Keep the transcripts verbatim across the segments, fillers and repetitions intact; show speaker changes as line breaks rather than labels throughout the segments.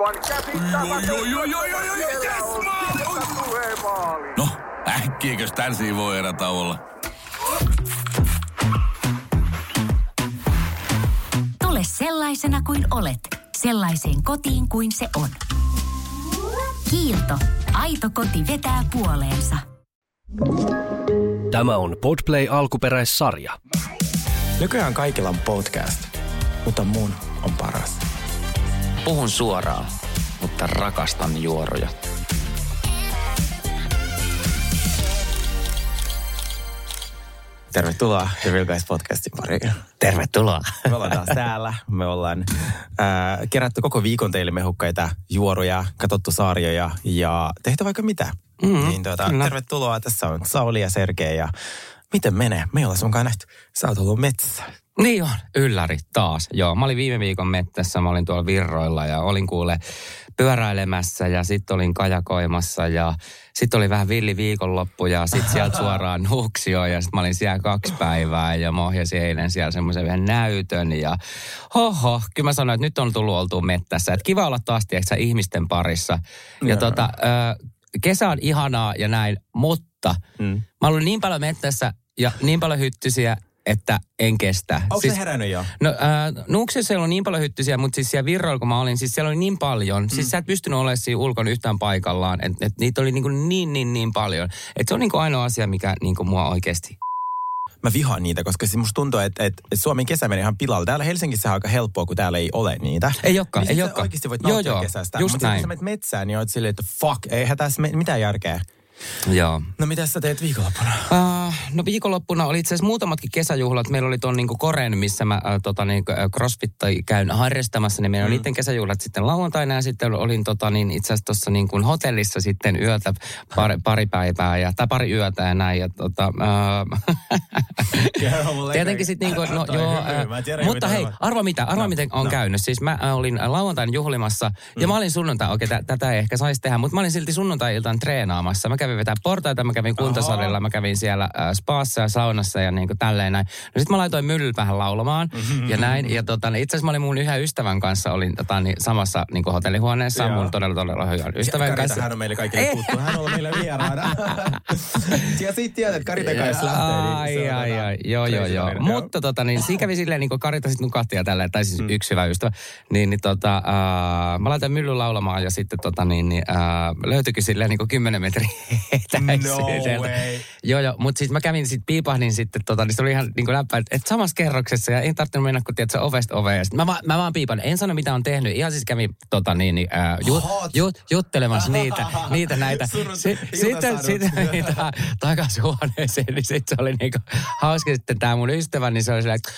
aivan käsittämätöntä.
No, äkkiäkös tän voi erätä olla?
Tule sellaisena kuin olet, sellaiseen kotiin kuin se on. Kiilto. Aito koti vetää puoleensa.
Tämä on Podplay alkuperäissarja.
Nykyään kaikilla on podcast, mutta mun on paras.
Puhun suoraan, mutta rakastan juoroja.
Tervetuloa The Real Guys podcastin pariin.
Tervetuloa.
Me ollaan taas täällä. Me ollaan äh, kerätty koko viikon teille mehukkaita juoroja, katsottu sarjoja ja tehty vaikka mitä. Mm-hmm. Niin tuota, tervetuloa. Tässä on Sauli ja Sergei ja miten menee? Me ollaan sunkaan nähty. Sä oot ollut metsässä.
Niin on, ylläri taas. Joo, mä olin viime viikon mettässä, mä olin tuolla Virroilla ja olin kuule pyöräilemässä ja sitten olin kajakoimassa ja sitten oli vähän villi viikonloppu ja sitten sieltä suoraan Nuuksioon ja sitten mä olin siellä kaksi päivää ja mä ohjasin eilen siellä semmoisen vähän näytön ja hoho, kyllä mä sanoin, että nyt on tullut oltua mettässä. Että kiva olla taas tiedätkö, ihmisten parissa ja yeah. tota, ö, kesä on ihanaa ja näin, mutta mm. mä olin niin paljon mettässä ja niin paljon hyttysiä, että en kestä.
Onko siis, se herännyt jo?
No äh, Nuuksiossa ei ollut niin paljon hyttysiä, mutta siis siellä Virroilla kun mä olin, siis siellä oli niin paljon. Mm. Siis sä et pystynyt olemaan siinä ulkona yhtään paikallaan. Että et niitä oli niin, kuin niin, niin, niin paljon. Että se on niin kuin ainoa asia, mikä niin kuin mua oikeasti...
Mä vihaan niitä, koska siis musta tuntuu, että, että Suomen kesä meni ihan pilalle. Täällä Helsingissä on aika helppoa, kun täällä ei ole niitä.
Ei olekaan,
niin
ei olekaan.
Oikeasti voit nauttia
joo, joo,
kesästä.
just
mutta
näin.
kun sä menet metsään, niin oot silleen, että fuck, eihän tässä mitään järkeä.
Joo.
No mitä sä teet viikonloppuna?
Uh, no viikonloppuna oli itse asiassa muutamatkin kesäjuhlat. Meillä oli tuon niinku Koren, missä mä uh, tota, niinku, crossfit käyn harrastamassa. Niin meillä mm. oli niiden kesäjuhlat sitten lauantaina ja sitten olin tota, niin, itse asiassa tuossa niinku hotellissa sitten yötä pari, pari päivää ja, tai pari yötä ja näin. Ja, tota, uh, tietenkin sitten niinku, no joo, uh, mutta hei, arva mitä, arva no, miten on no. käynyt. Siis mä uh, olin lauantaina juhlimassa mm. ja mä olin sunnuntai, okei okay, tätä ei ehkä saisi tehdä, mutta mä olin silti sunnuntai-iltaan treenaamassa. Mä kävin vetää portaita, mä kävin kuntosalilla, mä kävin siellä äh, spaassa ja saunassa ja niin kuin tälleen näin. No sit mä laitoin myllyt vähän laulamaan mm-hmm. ja näin. Ja tota, itse asiassa mä olin mun yhden ystävän kanssa, olin tota, niin, samassa niin kuin hotellihuoneessa, Joo. mun todella todella hyvän ystävän
ja
kanssa.
Karita, hän on meille kaikille tuttu, hän on meille vieraana. Ja siitä tiedät, että Karita kanssa lähtee.
Ai,
niin
ai, ai, joo, joo, joo. Mutta tota, niin, siinä kävi silleen, niin kuin Karita sit nukahti ja tälleen, tai siis mm. yksi hyvä ystävä. Niin, niin tota, äh, mä laitoin myllyn laulamaan ja sitten tota, niin, niin, äh, löytyikin silleen niin kuin kymmenen metriä
No way.
Joo, joo, mutta siis mä kävin sitten, piipahdin sitten, tota, niin se oli ihan niin kuin läppä, että et samassa kerroksessa ja en tarvinnut mennä, kun tiedät, se ovesta oveen. Mä, mä, mä vaan piipahdin, en sano mitä on tehnyt, ihan siis kävin tota niin, niin äh, jut, jut, juttelemassa niitä, niitä näitä. Si, sitten sitten niitä takaisin huoneeseen, niin sitten se oli niinku hauska sitten tää mun ystävä, niin se oli silleen, että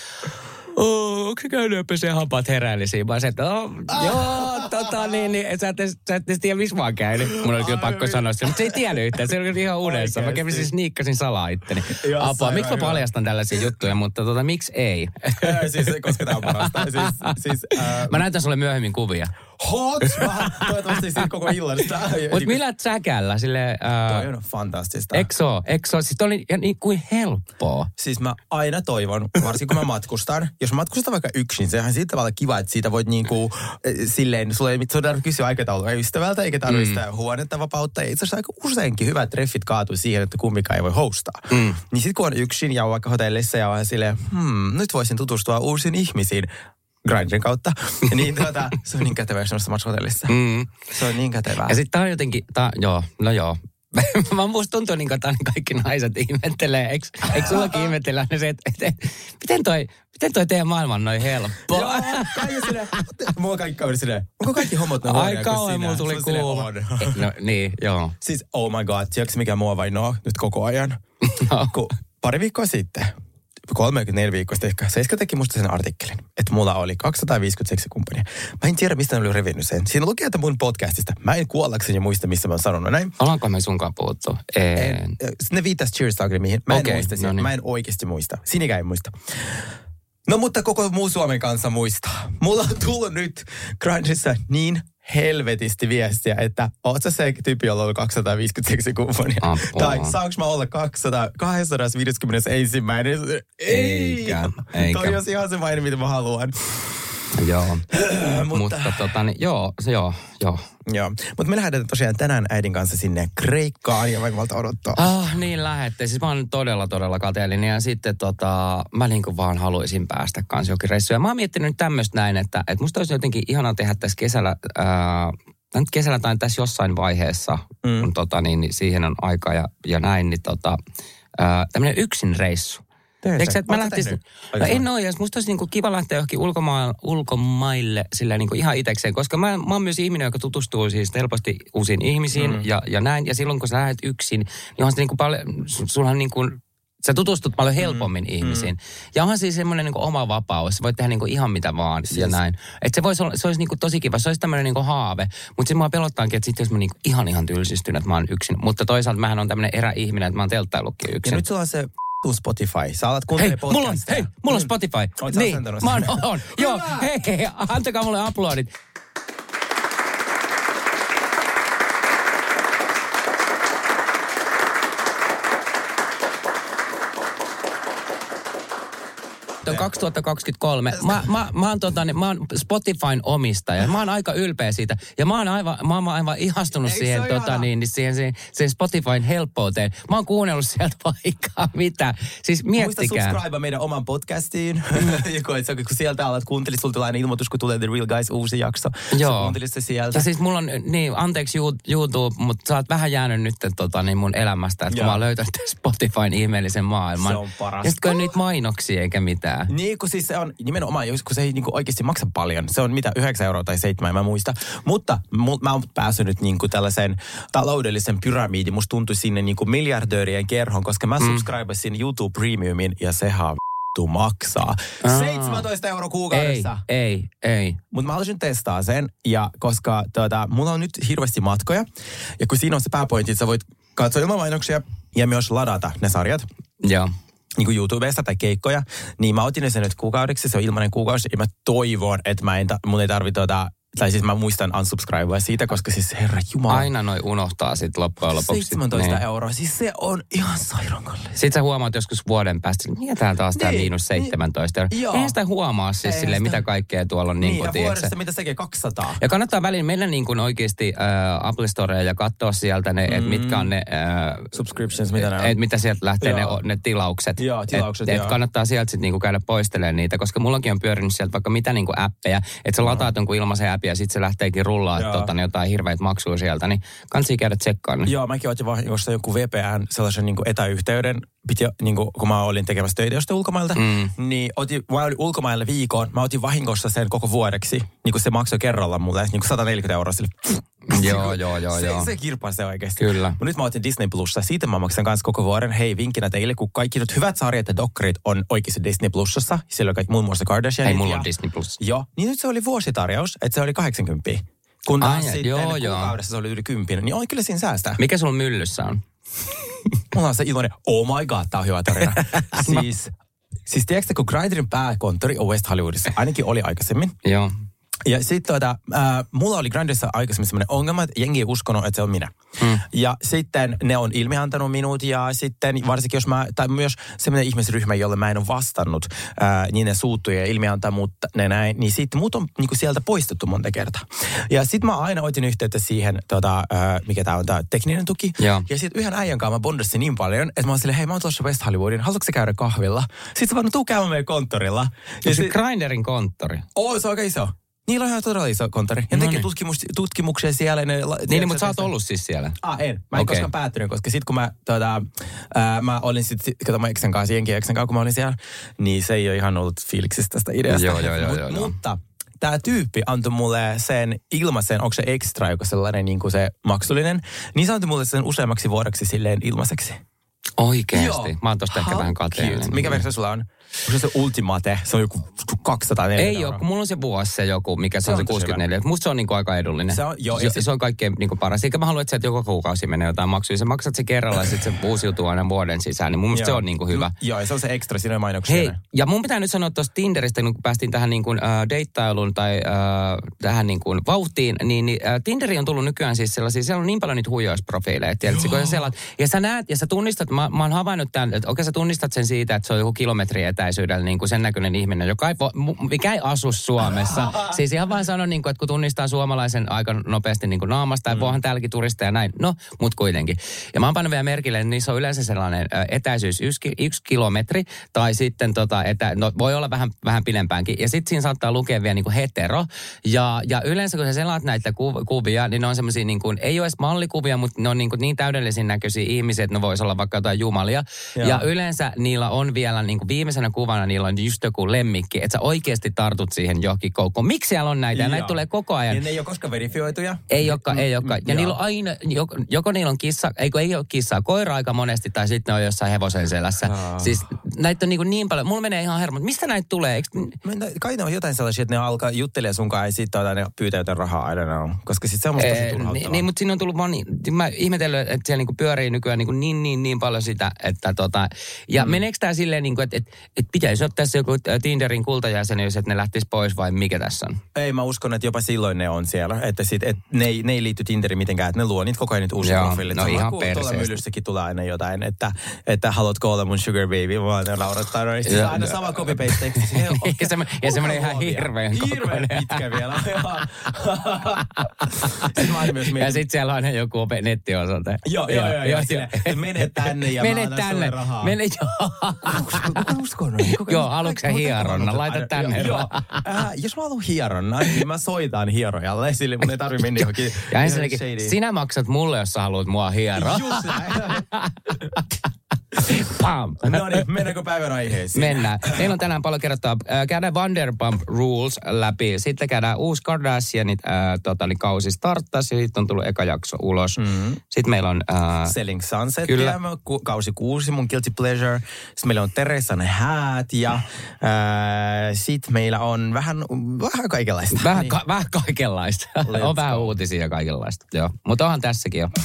oh, onko se käynyt ja pesee hampaat heräillisiin? Mä sanoin, että oh, joo, tota niin, niin sä et edes tiedä, missä mä oon käynyt. Mun oli kyllä pakko sanoa sitä, mutta se ei tiennyt yhtään. Se oli ihan unessa. Mä kävin siis sniikkasin salaa itteni. Apua, miksi mä paljastan tällaisia juttuja, mutta tota, miksi ei?
Siis, koska tää on parasta. Siis, siis, äh,
mä näytän sulle myöhemmin kuvia.
Hot! Toivottavasti siitä koko illasta.
Mutta millä säkällä? Silleen,
äh, toi on fantastista.
Eksoo, eksoo. Siis toi oli niin kuin helppoa.
Siis mä aina toivon, varsinkin kun mä matkustan. Jos mä matkustan vaikka yksin, se on siitä tavalla kiva, että siitä voit niinku silleen, sulla ei mitään kysyä aikataulua ystävältä, eikä tarvitse mm. huonetta vapautta. Ja itse asiassa aika useinkin hyvät treffit kaatuu siihen, että kumpikaan ei voi hostaa. Mm. Niin sit kun on yksin ja on vaikka hotellissa ja on silleen, hmm, nyt voisin tutustua uusiin ihmisiin. Grindrin kautta. Niin tuota, se on niin kätevää semmoista matchhotellissa. Mm. Se on niin kätevää.
Ja sitten tää on jotenkin, tää, joo, no joo. Mä musta tuntuu niin kuin kaikki naiset ihmettelee. Eikö, eikö sullakin ihmetellä se, että et, et, miten, toi, miten toi teidän maailma on noin helppoa?
Joo, kaikki silleen. Mulla on kaikki kaverit silleen. Onko kaikki homot noin huonoja kuin sinä? Ai kauan
mulla tuli kuuma. No niin, joo.
Siis oh my god, tiedätkö mikä mua vainoo nyt koko ajan? No. Kun pari viikkoa sitten. kolmekymmentäneljä viikosta ehkä. Seiska teki musta sen artikkelin, että mulla oli kaksisataaviisikymmentä seksikumppania. Mä en tiedä, mistä ne oli revinnyt sen. Siinä lukee, että mun podcastista. Mä en kuollakseni muista, missä mä oon sanonut näin.
Ollaanko me sunkaan puhuttu? En.
Ne viittasi Cheers Talkimiin. Mä en okay, muista no niin. Mä en oikeasti muista. Sinikään ei muista. No mutta koko muu Suomen kanssa muistaa. Mulla on tullut nyt Grindrissa niin helvetisti viestiä, että oot sä se tyyppi, jolla on ollut kaksisataaviisikymmentä seksikumppania? Tai saanko mä olla kaksisataa, kaksisataaviisikymmentäyksi? Eikä,
eikä.
Toi olisi ihan se maini, mitä mä haluan.
Joo, mutta tota, niin, joo, se joo, joo.
Joo, mutta me lähdetään tosiaan tänään äidin kanssa sinne Kreikkaan ja vaikka valta odottaa.
Ah, niin lähette. Siis mä oon todella, todella kateellinen ja sitten tota, mä niinku vaan haluaisin päästä kanssa jokin reissuun. Ja mä oon miettinyt nyt tämmöistä näin, että, että musta olisi jotenkin ihanaa tehdä tässä kesällä, ää, nyt kesällä tai tässä jossain vaiheessa, mm. kun tota, niin, niin siihen on aika ja, ja näin, niin tota, ää, tämmöinen yksin reissu. Eikö sä, että mä lähtisin, no en ole, ja musta olisi niinku kiva lähteä johonkin ulkomaille, ulkomaille sillä niinku ihan itsekseen, koska mä, mä oon myös ihminen, joka tutustuu siis helposti uusiin ihmisiin mm. ja, ja näin, ja silloin kun sä lähdet yksin, niin onhan se niinku paljon, sulla on niinku, sä tutustut paljon helpommin mm. ihmisiin. Ja onhan siis semmoinen niinku oma vapaus, sä voit tehdä niinku ihan mitä vaan siis. Ja näin. Että se, vois olla, se olisi niinku tosi kiva, se olisi tämmöinen niinku haave, mutta se mua pelottaankin, että sitten jos mä niinku ihan ihan tylsistynyt, että mä oon yksin, mutta toisaalta mähän on tämmöinen eräihminen, että mä oon telttaillutkin yksin.
Ja nyt sulla on se Spotify. Sä alat kuuntelemaan
podcastia. Mulla on, hei, mulla on Spotify.
Oot
niin, mä oon, on. Joo, hei, hei, antakaa mulle aplodit. On kaksituhattakaksikymmentäkolme. Mä, mä, mä, oon, tota, mä oon Spotifyn omistaja. Mä oon aika ylpeä siitä. Ja mä oon aivan, mä oon aivan ihastunut siihen, tota, niin, niin siihen, siihen, siihen Spotifyn helppouteen. Mä oon kuunnellut sieltä vaikka mitä. Siis miettikää.
Muista subscribe meidän oman podcastiin. kun sieltä alat kuuntelit, sulla tulee aina ilmoitus, kun tulee The Real Guys uusi jakso.
Joo.
Kuuntelit se sieltä.
Ja siis mulla on, niin anteeksi YouTube, mutta sä oot vähän jäänyt nyt tota, niin mun elämästä, että kun mä oon löytänyt Spotifyn ihmeellisen maailman.
Se on parasta.
Ja sit kun on niitä mainoksia eikä mitään.
Niin, kun siis se on nimenomaan, kun se ei niin kuin oikeasti maksa paljon. Se on mitä, yhdeksän euroa tai seitsemän, en mä muista. Mutta mu, mä oon päässyt niin kuin tällaisen taloudellisen pyramiidin. Musta tuntui sinne niin kuin miljardöörien kerhon, koska mä mm. subscribasin YouTube Premiumin ja sehän vittu maksaa. Aa. seitsemäntoista euroa kuukaudessa.
Ei, ei, ei.
Mutta mä haluaisin testaa sen, ja koska tuota, mulla on nyt hirveästi matkoja, ja kun siinä on se pääpointti, että sä voit katsoa ilman mainoksia ja myös ladata ne sarjat.
Joo.
Niin kuin YouTubesta tai keikkoja, niin mä otin ne sen nyt kuukaudeksi, se on ilmainen kuukausi, ja mä toivon, että mä en ta- mun ei tarvitse tuota, tai siis mä muistan unsubscribea siitä, koska siis herra jumala.
Aina noi unohtaa sit loppujen lopuksi.
seitsemäntoista euroa, siis se on ihan sairaan kallis.
Sitten sä huomaat joskus vuoden päästä, mikä tää taas tää niin, miinus seitsemäntoista euroa. Niin, eihän sitä huomaa siis silleen, mitä kaikkea tuolla on niin, niin
ja vuodessa mitä se tekee, kaksisataa.
Ja kannattaa väliin mennä niin kuin oikeasti äh, Apple Storea ja katsoa sieltä ne, mm. että mitkä on ne... Äh,
subscriptions, mitä ne on.
Että mitä sieltä lähtee ne, ne tilaukset.
Joo, tilaukset,
et,
joo.
Et kannattaa sieltä sitten niinku käydä poistelemaan niitä, koska mullakin on pyörinyt sieltä vaikka mitä niinku appeja, että sä lataat jonkun ilmaisen appia ja sitten se lähteekin rullaa, että tota, jotain hirveitä maksuja sieltä, niin kannattaa käydä tsekkaan.
Joo, mäkin otin vahingossa joku V P N, sellaisen niin kuin etäyhteyden, piti, niin kuin, kun mä olin tekemässä töitä jostain ulkomailta, mm. niin otin, mä olin ulkomaille viikon, mä otin vahingossa sen koko vuodeksi, niin kuin se maksoi kerralla mulle, niin kuin sata neljäkymmentä euroa sille.
Joo, joo, joo.
Se,
joo.
se kirpasi se oikeasti.
Kyllä.
Mutta nyt mä otin Disney Plussa, siitä mä maksan kanssa koko vuoden. Hei, vinkkinä teille, kun kaikki nyt hyvät sarjat ja dokkarit on oikeasti Disney Plussassa, siellä on kaikki muun muassa Kardashianit.
Ei, mulla on Disney Plus.
Joo, niin nyt se oli vuositarjous, että se oli kahdeksankymmentä. Kun taas sitten joo, joo. kuukaudessa se oli yli kympin, niin on kyllä siinä säästää.
Mikä sulla myllyssä on?
Mulla on se iloinen, oh my god, tää on hyvä tarina. siis, siis tiedätkö, kun Grindrin pääkonttori on West Hollywoodissa, ainakin oli aikaisemmin.
Joo.
Ja sitten tuota, äh, mulla oli Grindrissa aikaisemmin sellainen ongelma, että jengi ei uskonut, että se on minä. Hmm. Ja sitten ne on ilmiantanut minut ja sitten varsinkin jos mä, tai myös sellainen ihmisryhmä, jolle mä en ole vastannut, äh, niin ne suuttuja ja ilmiantaa mutta ne näin, niin sitten mut on niinku sieltä poistettu monta kertaa. Ja sitten mä aina otin yhteyttä siihen, tota, äh, mikä tää on tää tekninen tuki. Ja, ja sitten yhden äijän kanssa mä bondasin niin paljon, että mä oon silleen, hei mä oon tuossa West Hollywoodin, haluatko sä käydä kahvilla? Sitten sä vaan, no tuu käymään meidän konttorilla.
Ja se Grindrin konttori?
Oo, se on aika iso. Niillä on ihan todella iso konttori. Ja ne tekee tutkimus, tutkimuksia siellä. Ne,
niin, mutta sä oot ollut siis siellä?
Ah, en. Mä en okay. koskaan päättynyt, koska sit kun mä, tuota, ää, mä olin sit, kato mä Eksen kanssa, jenkin Eksen kanssa, kun mä olin siellä, niin se ei ole ihan ollut fiiliksissä tästä ideasta.
Joo, joo, joo.
Mut,
joo, joo.
Mutta tää tyyppi antoi mulle sen ilmaisen, onko se extra, joka sellainen niin kuin se maksullinen, niin se antoi mulle sen useammaksi vuodeksi silleen ilmaiseksi.
Oikeesti? Joo. Mä oon tosta ehkä vähän kateellinen.
Mikä versio sulla on? Onko se ultimate? Se on joku kaksisataaneljä
Ei ole, kun mulla on se vuosi se joku, mikä se, se on se kuusikymmentäneljä. Musta se on niinku aika edullinen. Se on, joo, se, se on kaikkein niinku paras. Eikä mä haluan, että sieltä joka kuukausi menee jotain maksuja. Sä maksat se kerralla ja sitten se uusiutuu aina vuoden sisään. Niin mun mielestä se on niinku hyvä.
Joo, ja se on se ekstra, siinä on mainoksia.
Hei, ja mun pitää nyt sanoa tuosta Tinderistä, kun päästiin tähän niinku, äh, deittailun tai äh, tähän niinku vauhtiin, niin, niin äh, Tinderi on tullut nykyään siis sellaisia, siellä on niin paljon niitä huijausprofiileja, tiedätkö, kun sä selat, ja sä näet, ja sä tunnistat, mä mä, mä oon havainnut tämän, että okei sä tunnistat sen siitä, että se on joku kilometri etäisyydellä niin kuin sen näköinen ihminen, joka ei, vo, mikä ei asu Suomessa. Siis ihan vaan sanon, niin kuin, että kun tunnistaa suomalaisen aika nopeasti niin kuin naamasta, ja mm. voihan täälläkin turisteja näin, no, mut kuitenkin. Ja mä oon pannut vielä merkille, että niissä on yleensä sellainen etäisyys yksi, yksi kilometri, tai sitten tota, etä, no, voi olla vähän, vähän pidempäänkin. Ja sitten siinä saattaa lukea vielä niin kuin hetero. Ja, ja yleensä kun sä selaat näitä ku, kuvia, niin ne on semmoisia, niin kuin, ei ole edes mallikuvia, mutta ne on niin, kuin niin täydellisen näköisiä ihmisiä, että ne voisi olla vaikka jotain jumalia. Joo. Ja yleensä niillä on vielä niin kuin viimeisenä kuvana, niillä on just joku lemmikki, että sä oikeasti tartut siihen johonkin koukkuun. Miksi siellä on näitä? Ja näitä tulee koko ajan.
Ja ne ei ole koskaan verifioituja?
Ei olekaan, ei olekaan. Ja niillä on aina, joko, joko niillä on kissa, eikö ei ole kissaa, koira aika monesti, tai sitten ne on jossain hevosen selässä. Oh. Siis näitä on niin, niin paljon, mulla menee ihan hermo, mistä näitä tulee? Eikö...
Kai ne on jotain sellaisia, että ne alkaa juttelemaan sunkaan ja sitten ne pyytää jotain rahaa, I don't know. Koska sitten se on musta tosi turhauttavaa. Niin,
niin, mutta siinä on tullut moni, mä ihmetellyt, että siellä niinku pyörii nykyään niinku niin, niin, niin paljon sitä, että tota, ja mm. meneekö tää silleen niinku, että et, et pitäisi ottaa se joku Tinderin kultajäsenyys, että ne lähtisi pois vai mikä tässä on?
Ei, mä uskon, että jopa silloin ne on siellä, että sit, et ne, ei, ne ei liity Tinderiin mitenkään, että ne luo niitä koko ajan niitä uusia profiilit.
No ihan perseestä.
Tuolla myllyssäkin tulee aina jotain, että, että haluatko olla mun sugar baby, vaan ne naurattaa noin. Siis aina sama copy-paste-teksti.
Ja semmoinen ihan hirveän kokoinen.
Hirveän pitkä vielä.
Ja sitten siellä on aina joku nettiosoite.
Joo, joo, joo. joo sille, mene tänne ja
mene
mä annan sulle rahaa.
Mene tänne.
Kuka uskoo noin?
Joo, aluksi hieronna. Laita tänne.
Joo. Äh, jos mä haluan hieronna, niin mä soitan hierojalle. Sille mun ei tarvi mennä johonkin.
Ja ensinnäkin, sinä maksat mulle, jos sä haluat mua hieroa.
Just näin.
Pam.
No niin, mennäänkö päivän aiheisiin?
Mennään. Meillä on tänään paljon kerrottua. Käydään Vanderpump Rules läpi. Sitten käydään uusi Kardashianit äh, tota, niin kausi starttasi. Sitten on tullut eka jakso ulos. Mm-hmm. Sitten meillä on... Äh,
Selling Sunset. Kyllä. Ku, kausi kuusi, mun Guilty Pleasure. Sitten meillä on Teresan häät. Ja äh, sitten meillä on vähän, vähän kaikenlaista.
Vähän,
niin.
ka, vähän kaikenlaista. On vähän uutisia ja kaikenlaista. Joo. Mutta onhan tässäkin jo.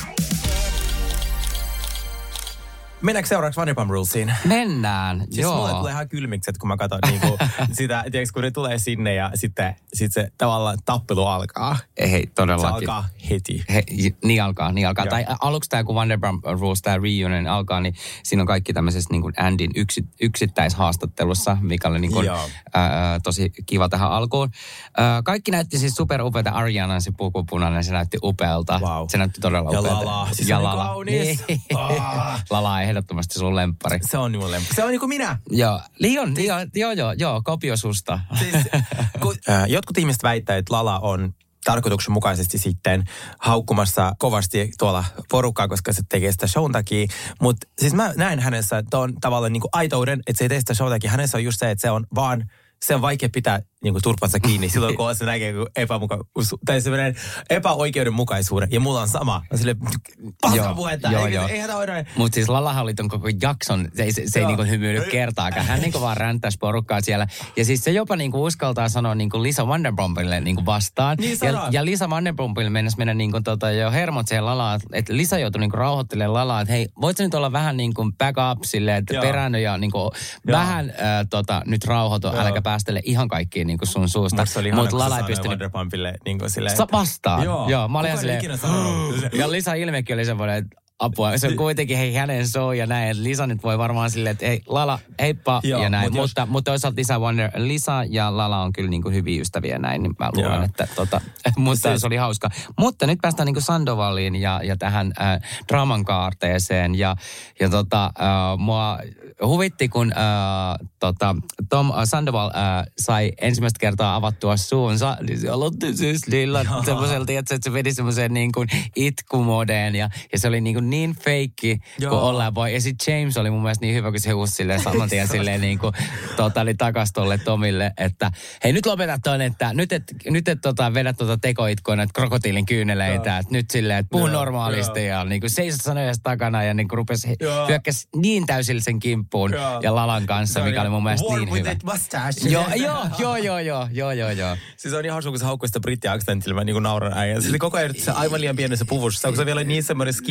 Mennäänkö seuraavaksi Vanderpump Rulesiin?
Mennään,
siis
joo.
Mulle tulee ihan kylmikset, kun mä katson niinku sitä, tiedätkö, kun ne tulee sinne ja sitten sit se tavallaan tappelu alkaa.
Ei, todellakin.
Se alkaa heti.
He, niin alkaa, niin alkaa. Joo. Tai aluksi tämä, kun Vanderpump Rules, tämä reunion alkaa, niin siinä on kaikki tämmöisessä niin kuin Andyn yksi, yksittäishaastattelussa, mikä oli niin kuin, ää, tosi kiva tähän alkuun. Ää, kaikki näytti siis superupeita. Arianan se pukupunainen, se näytti upealta. Wow. Se näytti todella upealta.
Ja Lala. Siis
ja
on
Lala.
Kaunis.
Niin. Oh. Lala on ehdottomasti sun lemppari.
Se on minun lemppari. Se on niin kuin minä.
Joo, Lion, siis, joo, joo, joo, joo, kopio susta.
Siis, kun, äh, jotkut ihmiset väittää, että Lala on tarkoituksenmukaisesti sitten haukkumassa kovasti tuolla porukkaa, koska se tekee sitä shown takia. Mutta siis mä näen hänessä, että on tavallaan niin kuin aitouden, että se ei tee sitä show takia. Hänessä on just se, että se on vaan... Se on vaikea pitää niin kuin turpansa kiinni silloin, kun se näkee epämuka- tai semmoinen epäoikeudenmukaisuuden. Ja mulla on sama. Sille paskan puhetta.
Joo,
ei,
joo.
Eihän tämä ole.
Mutta siis Lalahan oli ton koko jakson, se ei, se, se ei niinku hymyilyt kertaakaan. Hän niinku vaan ränttäisi porukkaa siellä. Ja siis se jopa niinku uskaltaa sanoa niinku Lisa Vanderpumpille niinku vastaan.
Niin
ja, ja Lisa Vanderpumpille mennessä mennä niinku tota jo hermot siihen Lalaan. Että Lisa joutui niinku rauhoittelemaan Lalaa, että hei, voit sä nyt olla vähän niinku back up silleen, että peräänny ja niinku vähän äh, tota, nyt rauhoitu, äläkä päästele ihan kaikkiin niinku sun suusta.
Musta oli ihana, kun sä sanoin Vanderpumpille niinku silleen.
Sa- vastaan. Joo. Joo, mä olin ihan silleen.
Silleen.
Ja Lisa ilmekin oli semmoinen, että apua. Se on kuitenkin hei hänen show ja näin. Että Lisa nyt voi varmaan silleen, että hei Lala, heippa joo, ja näin. Mut mutta, jos... mutta toisaalta Lisa, Wonder, Lisa ja Lala on kyllä niinku hyviä ystäviä näin. Niin mä luulen, joo. että tota, mutta se... se oli hauska. Mutta nyt päästään niinku Sandovaliin ja, ja tähän äh, draaman kaarteeseen. Ja, ja tota, äh, mua huvitti, kun äh, tota, Tom Sandoval äh, sai ensimmäistä kertaa avattua suunsa. Niin se aloitti siis lilla semmoiselta, että se vedi semmoiseen niin kuin itkumodeen. Ja, ja se oli niin kuin niin feikki, kun ollaan voi. Ja sitten James oli mun mielestä niin hyvä, kun se huusi silleen saman tien silleen niin kuin tota, oli takas tolle Tomille, että hei nyt lopeta ton, että nyt et, nyt et tota, vedä tota tekoitkua näitä krokotiilin kyyneleitä, että nyt silleen, että puhu joo, normaalisti joo. ja niin kuin seisot sanojas takana ja niin kuin rupesi hyökkäsi niin täysillisen kimppuun joo. ja Lalan kanssa, mikä oli mun mielestä niin hyvä. Joo, joo, joo, joo, joo, joo, joo, joo.
Siis on ihan hauska, kun se haukkui sitä brittiaksentilla, mä niin kuin nauran äijän. Se oli koko ajan se aivan liian pienessä puvussa, kun se vielä niin semmoinen skinny, ja silloin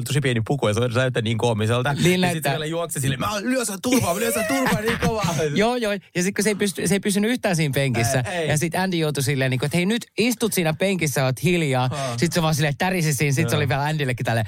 tosi pieni puku ja se näyttää niin koomiselta.
Niin
ja sitten se vielä juoksee silleen, mä lyön sen turpaa, mä lyön sen turpaa niin kovaa.
Joo, joo. Ja sitten kun se ei, pysty, se ei pysynyt yhtään siinä penkissä. Ei, ei. Ja sitten Andy joutui silleen, niin kuin, että hei nyt istut siinä penkissä, oot hiljaa. Oh. Sitten se vaan silleen tärisi siinä. Sitten se oli vielä Andyllekin tälleen,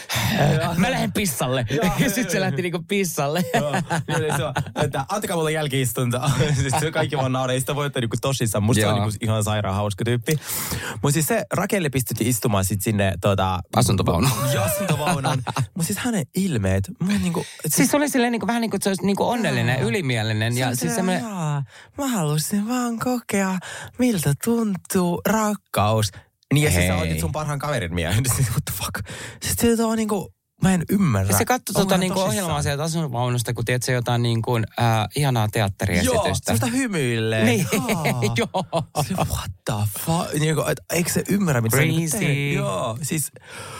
mä lähden pissalle. Ja, ja sitten se lähti niinku pissalle.
Joo, niin se on, että antakaa mulle jälki-istunta. Siis kaikki vaan nauraa, ei sitä voi ottaa niinku tosissaan. Musta joo. Se on niinku ihan sairaan hauska tyyppi. Mutta siis se Rakelle pistettiin istumaan sit sinne tota...
Asuntovaunuun.
Asuntovaunuun. Mutta siis hänen ilmeet, mä niinku...
Siis, siis oli silleen niinku, vähän niin kuin, että se olisi niinku onnellinen ja ylimielinen. Ja siis semmoinen...
Mä halusin vaan kokea, miltä tuntuu rakkaus. Niin ja siis sä otit sun parhaan kaverin miehen. What the fuck? Siis se on niinku... Mä en ymmärrä.
Ja se katsoi tuota niinku ohjelmaa sieltä asuntovaunusta, kun tiedät se jotain niinku, äh, ihanaa teatteriesitystä.
Joo, sellaista hymyilleen.
Niin, joo.
Se, what the fuck? Niinku, et, eikö se ymmärrä, mitä
Crazy.
Se joo, siis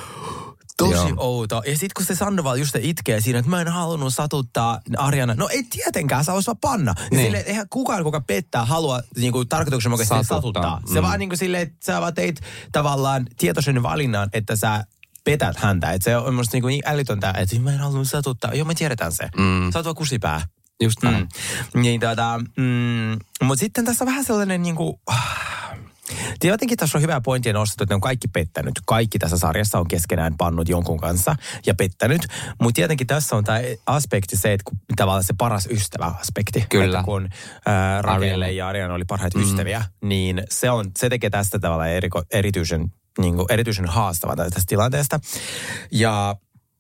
tosi joo. outo. Ja sit kun se Sandoval just itkee siinä, että mä en halunnut satuttaa Ariana. No ei tietenkään, sä vois vaan panna. Niin. Silleen, eihän kukaan, kuka pettää, halua niinku, tarkoituksenmukaisesti satuttaa. satuttaa. Se mm. vaan niinku silleen, että sä vaan teit tavallaan tietoisen valinnan, että sä petät häntä. Että se on musta niin, niin älytöntä, että mä en halunnut satuttaa. Joo, me tiedetään se. Mm. Sä oot vaan kusipää.
Just näin.
Mm. Niin, tota, mm, mutta sitten tässä on vähän sellainen niinku... Jotenkin tässä on hyvä pointti nostettu, että ne on kaikki pettänyt. Kaikki tässä sarjassa on keskenään pannut jonkun kanssa ja pettänyt. Mutta tietenkin tässä on tämä aspekti se, että kun, tavallaan se paras ystävä-aspekti.
Kyllä.
Että kun ää, Rakelle ja Ariana oli parhaita mm. ystäviä, niin se, on, se tekee tästä tavallaan eriko, erityisen... Niin kuin erityisen haastava tästä tilanteesta. Ja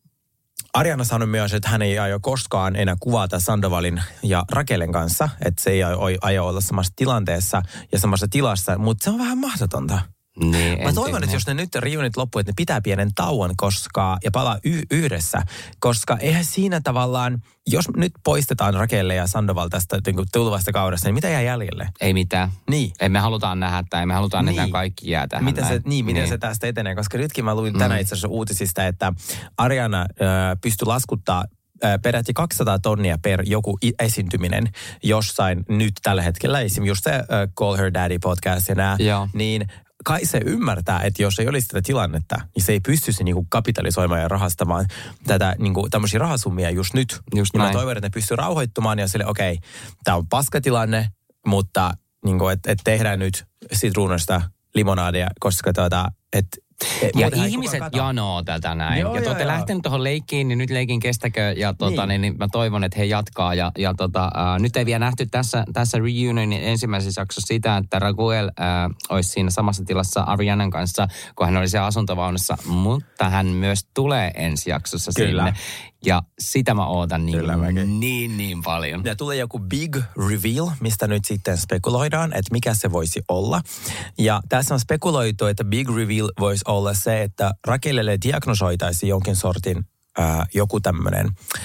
Ariana sanoi myös, että hän ei aio koskaan enää kuvata Sandovalin ja Rakelen kanssa, että se ei aio olla samassa tilanteessa ja samassa tilassa, mutta se on vähän mahdotonta.
Niin,
mä toivon, että jos ne nyt reunit loppuu, että ne pitää pienen tauon koska, ja palaa y- yhdessä, koska eihän siinä tavallaan, jos nyt poistetaan Rakelle ja Sandoval tästä niin tulevasta kaudesta, niin mitä jää jäljelle?
Ei mitään.
Niin.
Ei me halutaan nähdä tai me halutaan, niin. Että kaikki jää tähän.
Mitä se, niin, miten niin. se tästä etenee, koska nytkin mä luin tänään mm. itse asiassa uutisista, että Ariana äh, pystyi laskuttaa peräti kaksisataa tonnia per joku esiintyminen jossain nyt tällä hetkellä. Esimerkiksi just se uh, Call Her Daddy podcast ja nää, niin kai se ymmärtää, että jos ei olisi tätä tilannetta, niin se ei pystyisi niinku kapitalisoimaan ja rahastamaan tätä niinku tämmöisiä rahasummia just nyt. Just niin mä toivon, että ne pystyy rauhoittumaan ja sille, okei, okay, tämä on paskatilanne, mutta niinku, että et tehdään nyt sitruunasta limonaadia, koska tuota, että
ja ihmiset janoo tätä näin. Joo, ja te olette lähtenyt tuohon leikkiin, niin nyt leikin kestäkö. Ja tota, niin. Niin, niin mä toivon, että he jatkaa. Ja, ja tota, äh, nyt ei vielä nähty tässä, tässä reunionin ensimmäisessä jaksossa sitä, että Raguel äh, olisi siinä samassa tilassa Arianan kanssa, kun hän oli siellä asuntovaunussa. Mutta hän myös tulee ensi jaksossa Kyllä. sinne. Ja sitä mä ootan niin, niin, niin paljon.
Ja tulee joku big reveal, mistä nyt sitten spekuloidaan, että mikä se voisi olla. Ja tässä on spekuloitu, että big reveal voisi olla se, että Rakelelle diagnosoitaisiin jonkin sortin äh, joku tämmöinen,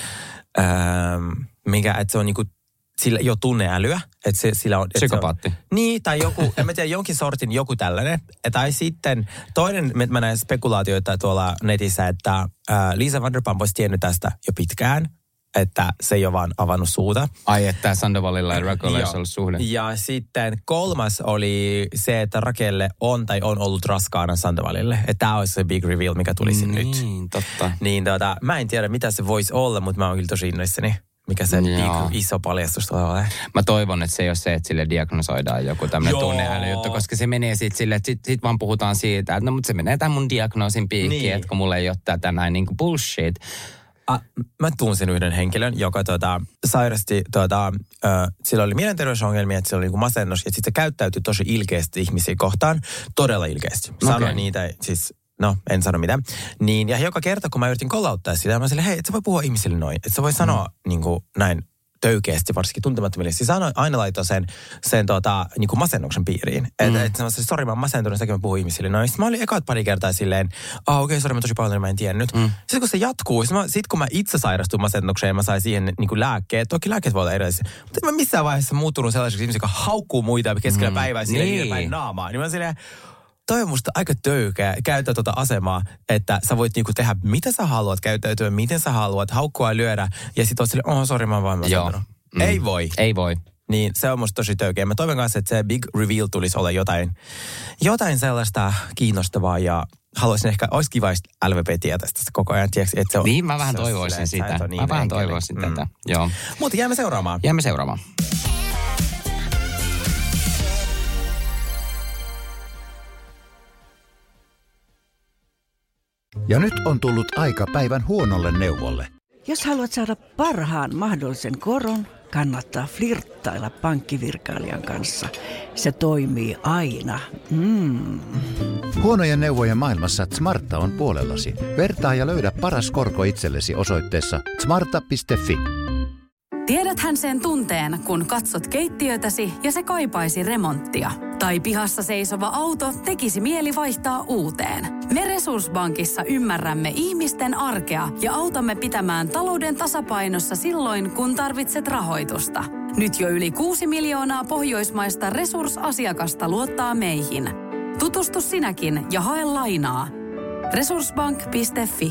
äh, mikä, että se on niinku, sillä jo tunneälyä. Että se, sillä on,
psykopaatti.
On, niin, tai joku, en mä tiedä, jonkin sortin joku tällainen. Tai sitten toinen, mä näen spekulaatioita tuolla netissä, että äh, Lisa Vanderpump olisi tiennyt tästä jo pitkään, että se ei ole vaan avannut suuta.
Ai, että Sandovalilla ja Raquelilla olisi ollut suhde.
Ja sitten kolmas oli se, että Rakelle on tai on ollut raskaana Sandovalille. Että tämä olisi se big reveal, mikä tulisi
niin,
nyt.
Niin, totta.
Niin tota, mä en tiedä, mitä se voisi olla, mutta mä oon kyllä tosi innoissani. Mikä se big, iso paljastus tulee olemaan.
Mä toivon, että se ei ole se, että sille diagnosoidaan joku tämmöinen tunneälyjuttu, koska se menee sitten silleen, että sit, sit vaan puhutaan siitä, että no mutta se menee tämän mun diagnoosin piikkiin, niin. Että kun mulla ei ole tätä näin niin kuin bullshit.
Ah, mä tunsin yhden henkilön, joka tota, sairasti, tota, äh, sillä oli mielenterveysongelmia, että sillä oli niin kuin masennus, ja sitten se käyttäytyi tosi ilkeästi ihmisiä kohtaan, todella ilkeästi. Sanoi okay. niitä, siis no, en sano mitään. Niin, ja joka kerta, kun mä yritin kollauttaa sitä, mä sanoin, hei, et sä voi puhua ihmisille noin. Et sä voi sanoa mm. niin kuin, näin töykeästi, varsinkin tuntemattomille. Siis aina, aina laitoi sen, sen tota, niin kuin masennuksen piiriin. Että mm. et, et, sori, mä oon masentunut, sitäkin mä puhun ihmisille noin. Sitten mä olin ekat pari kertaa silleen, ah okei, okay, sori, mä tosi paljon, mä en tiennyt. Mm. Sitten kun se jatkuu, sitten sit kun mä itse sairastuin masennukseen, mä sain siihen niin kuin lääkkeet. Toki lääkkeet voi olla erilaisia. Mutta en mä missään vaiheessa muuttunut sellaiseksi ihmiseksi, joka haukkuu muita keskellä mm. päivää silleen niin. päin naamaa. Niin mä silleen, toi on musta aika töykeä käyttää tuota asemaa, että sä voit niinku tehdä mitä sä haluat, käyttäytyä miten sä haluat, haukkua ja lyödä. Ja sit oot silleen, oh sori, mä oon vain masentunut. Mm. Ei voi.
Ei voi.
Niin se on musta tosi töykeä. Mä toivon kanssa, että se big reveal tulisi olla jotain, jotain sellaista kiinnostavaa ja haluaisin ehkä, olisi kiva L V P tietää tästä koko ajan, tiedätkö, että se on...
Niin, mä vähän toivoisin
silleen,
sitä.
Niin
mä vähän
enkeli.
toivoisin
mm.
tätä, joo.
Mutta jäämme seuraamaan.
Jäämme seuraamaan.
Ja nyt on tullut aika päivän huonolle neuvolle.
Jos haluat saada parhaan mahdollisen koron, kannattaa flirttailla pankkivirkailijan kanssa. Se toimii aina. Mm.
Huonojen neuvojen maailmassa Smarta on puolellasi. Vertaa ja löydä paras korko itsellesi osoitteessa smarta piste fi.
Tiedäthän sen tunteen, kun katsot keittiötäsi ja se kaipaisi remonttia. Tai pihassa seisova auto tekisi mieli vaihtaa uuteen. Me Resurssbankissa ymmärrämme ihmisten arkea ja autamme pitämään talouden tasapainossa silloin, kun tarvitset rahoitusta. Nyt jo yli kuusi miljoonaa pohjoismaista resursasiakasta luottaa meihin. Tutustu sinäkin ja hae lainaa. resurssbank piste fi.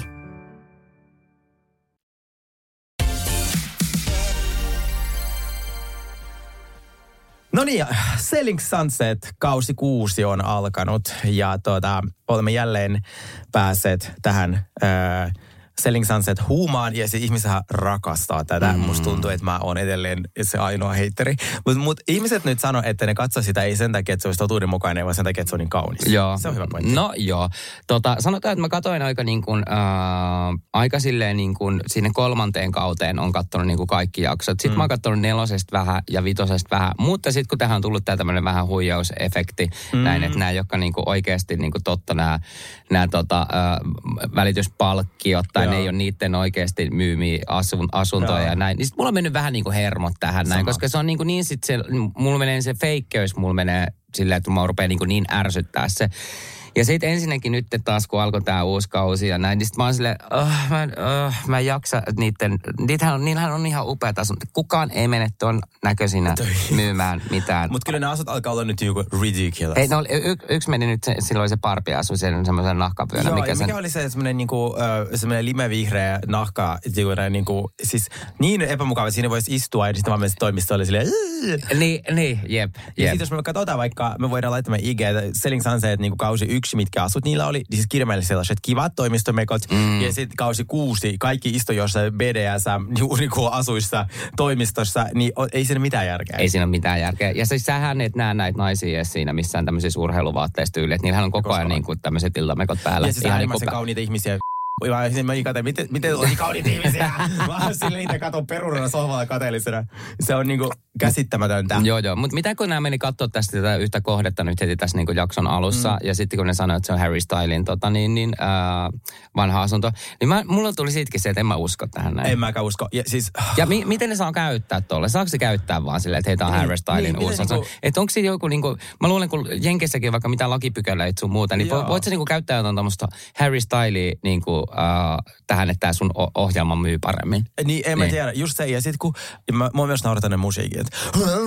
No niin, Selling Sunset kausi kuusi on alkanut ja tuota, olemme jälleen päässeet tähän ää, Selling Sunset huumaan ja se ihmisethän rakastaa tätä. Mm. Musta tuntuu, että mä oon edelleen se ainoa heitteri. Mutta mut ihmiset nyt sanoo, että ne katsoo sitä ei sen takia, että se olisi totuudenmukainen, vaan sen takia, että se on niin kaunis.
Joo.
Se on hyvä pointti.
No joo. Tota, sanotaan, että mä katsoin aika niin kuin, äh, aika silleen niin kuin sinne kolmanteen kauteen on katsonut niin kuin kaikki jaksot. Sitten mm. mä oon katsonut nelosesta vähän ja vitosesta vähän. Mutta sitten kun tähän on tullut tää tämmöinen vähän huijausefekti, mm. näin, että nämä, jotka niin kuin oikeasti niin kuin totta nämä, nämä tota, äh, välityspalkkiot tai ne ei ole niiden oikeasti myymiä asun, asuntoja Joo. ja näin. Niin sit mulla on mennyt vähän niin kuin hermot tähän Sama. näin, koska se on niin, kuin niin sit se, mulla menee se feikkeys, mulla menee silleen, että mä rupean niin, kuin niin ärsyttää se. Ja sitten ensinnäkin nyt taas, kun alkoi tämä uusi kausi ja näin, niin sitten mä oon silleen, oh, mä, en, oh, mä en jaksa niiden, niitähän on, niillähän on ihan upeat asunnot. Kukaan ei mene tuon näköisinä myymään mitään.
Mutta kyllä ne asut alkaa olla nyt joku ridiculous.
Ei, no, y- yksi meni nyt, se, silloin se Barbie asui siellä semmoisen nahkapyörä.
Joo,
mikä,
ja mikä
sen...
oli se semmoinen niinku, semmoinen limevihreä nahka, niinku, siis niin epämukava, että siinä voisi istua ja sitten vaan mennä toimistolle silleen.
Niin, niin, jep, jep.
Ja sitten jos me katsotaan vaikka, me voidaan laittaa I G, Selling Sunset niinku kausi yksi, mitkä asut niillä oli, niin siis kirjaimellisesti sellaiset kivat toimistomekot. Mm. Ja sitten kausi kuusi, kaikki istu jossain B D S M-asuissa toimistossa, niin ei siinä mitään järkeä.
Ei siinä ole mitään järkeä. Ja siis sähän et näe näitä naisia edes siinä missään tämmöisissä urheiluvaatteissa tyyliä. Niillähän on koko ajan niin kuin tämmöiset iltamekot päällä.
Ja siis ihan niin kauniita ihmisiä. Mä ikään, miten, miten on niin kauniita ihmisiä? Mä oon silleen itse katon perunana sohvalla kateellisena. Se on niinku käsittämätöntä.
Joo, joo. Mutta mitä kun nämä meni katsoa tästä tätä yhtä kohdetta nyt heti tässä niinku jakson alussa, mm. ja sitten kun ne sanoi, että se on Harry Stylin tota, niin, niin, äh, vanha asunto, niin mä, mulla tuli siitäkin se, että en mä usko tähän näin.
En mäkään usko. Ja, siis,
ja mi, miten ne saa käyttää tuolle? Saako se käyttää vaan silleen, että heitä on niin, Harry Stylin niin, uusi asunto? Niinku... Että onko siinä joku, niinku, mä luulen, kun Jenkissäkin vaikka mitään lakipykälöitä sun muuta, niin vo, voit sä niinku käyttää jotain tämmöistä Harry Stylia niinku, äh, tähän, että tämä sun ohjelma myy paremmin.
Niin, en mä niin. tiedä. Just se. Ja sit kun, ja mä, mä myös naurataan ne musiikin, että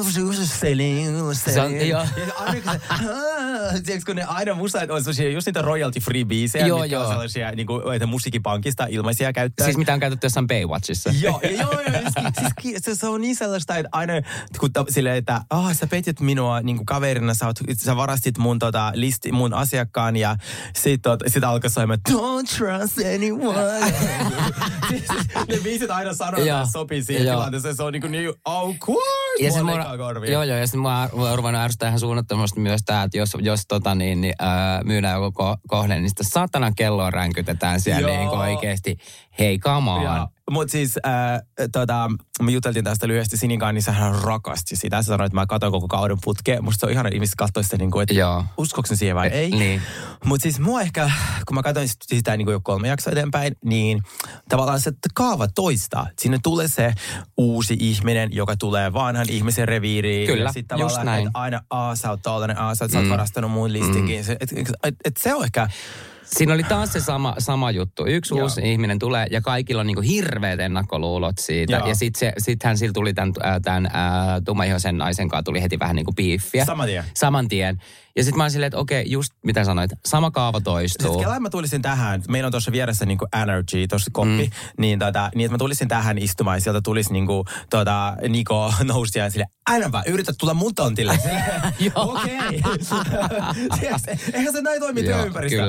se on, joo. Tiedätkö, kun ne aina musta, on sellaisia just niitä royalty free biisejä,
joo,
mitkä
joo.
on sellaisia niin kuin, että musiikkipankista ilmaisia käyttää.
Siis mitä on käytetty jossain Baywatchissa.
Joo, joo, joo. Siis, siis se on niin sellaista, että aina kun ta, silleen, että ah, sä petit minua niin kuin kaverina, sä, oot, sä varastit mun, tota, listi, mun asiakkaan ja sit, tot, sit alkoi soimaan, don't trust anyone. siis, ne biisit aina sanoo, että sopii siihen tilanteeseen. Se on niin, niin awkward.
Ja mua, joo, joo, ja sitten mua on ruvennut ärsyttää ihan suunnattomasti myös tämä, että jos, jos tota, niin, niin, äh, myydään joku ko- kohde, niin sitä satanan kelloa ränkytetään siellä niin oikeasti. Hei, come on.
Mutta siis, äh, tota, me juteltiin tästä lyhyesti Sininkaan, niin sehän rakasti sitä. Sä sanoit, että mä katson koko kauden putkeen. Musta se on ihana, ihmiset katsoo sitä, niin kuin, että uskoiko siihen vai ei.
Niin.
Mutta siis mua ehkä, kun mä katsoin sitä niin kuin jo kolme jaksoa eteenpäin, niin tavallaan se kaava toistaa. Sinne tulee se uusi ihminen, joka tulee vanhan ihmisen reviiriin.
Kyllä,
ja
just näin.
Että aina, aa, sä oot tollainen, aa, sä oot mm. varastanut mun listikin. Mm. Että et, et, et se on ehkä...
Siinä oli taas se sama, sama juttu. Yksi Joo. uusi ihminen tulee ja kaikilla on niinku hirveät ennakkoluulot siitä. Joo. Ja sitten sit hän sillä tuli tämän, tämän äh, tummaihoisen naisen kanssa tuli heti vähän niinku biiffiä.
Saman tien.
Saman tien. Ja sitten mä olin silleen, että okei, just mitä sanoit, sama kaava toistuu.
Sitten kellaan mä tulisin tähän, meillä on tuossa vieressä niinku Energy, tuossa koppi, mm. niin, tota, niin että mä tulisin tähän istumaan ja sieltä tulisi niinku tota, Niko nousi ja silleen, aina vaan, yritä tulla mun tontille. Okei. Eihän se näin toimi työympäristö.
Kyllä.
Tämä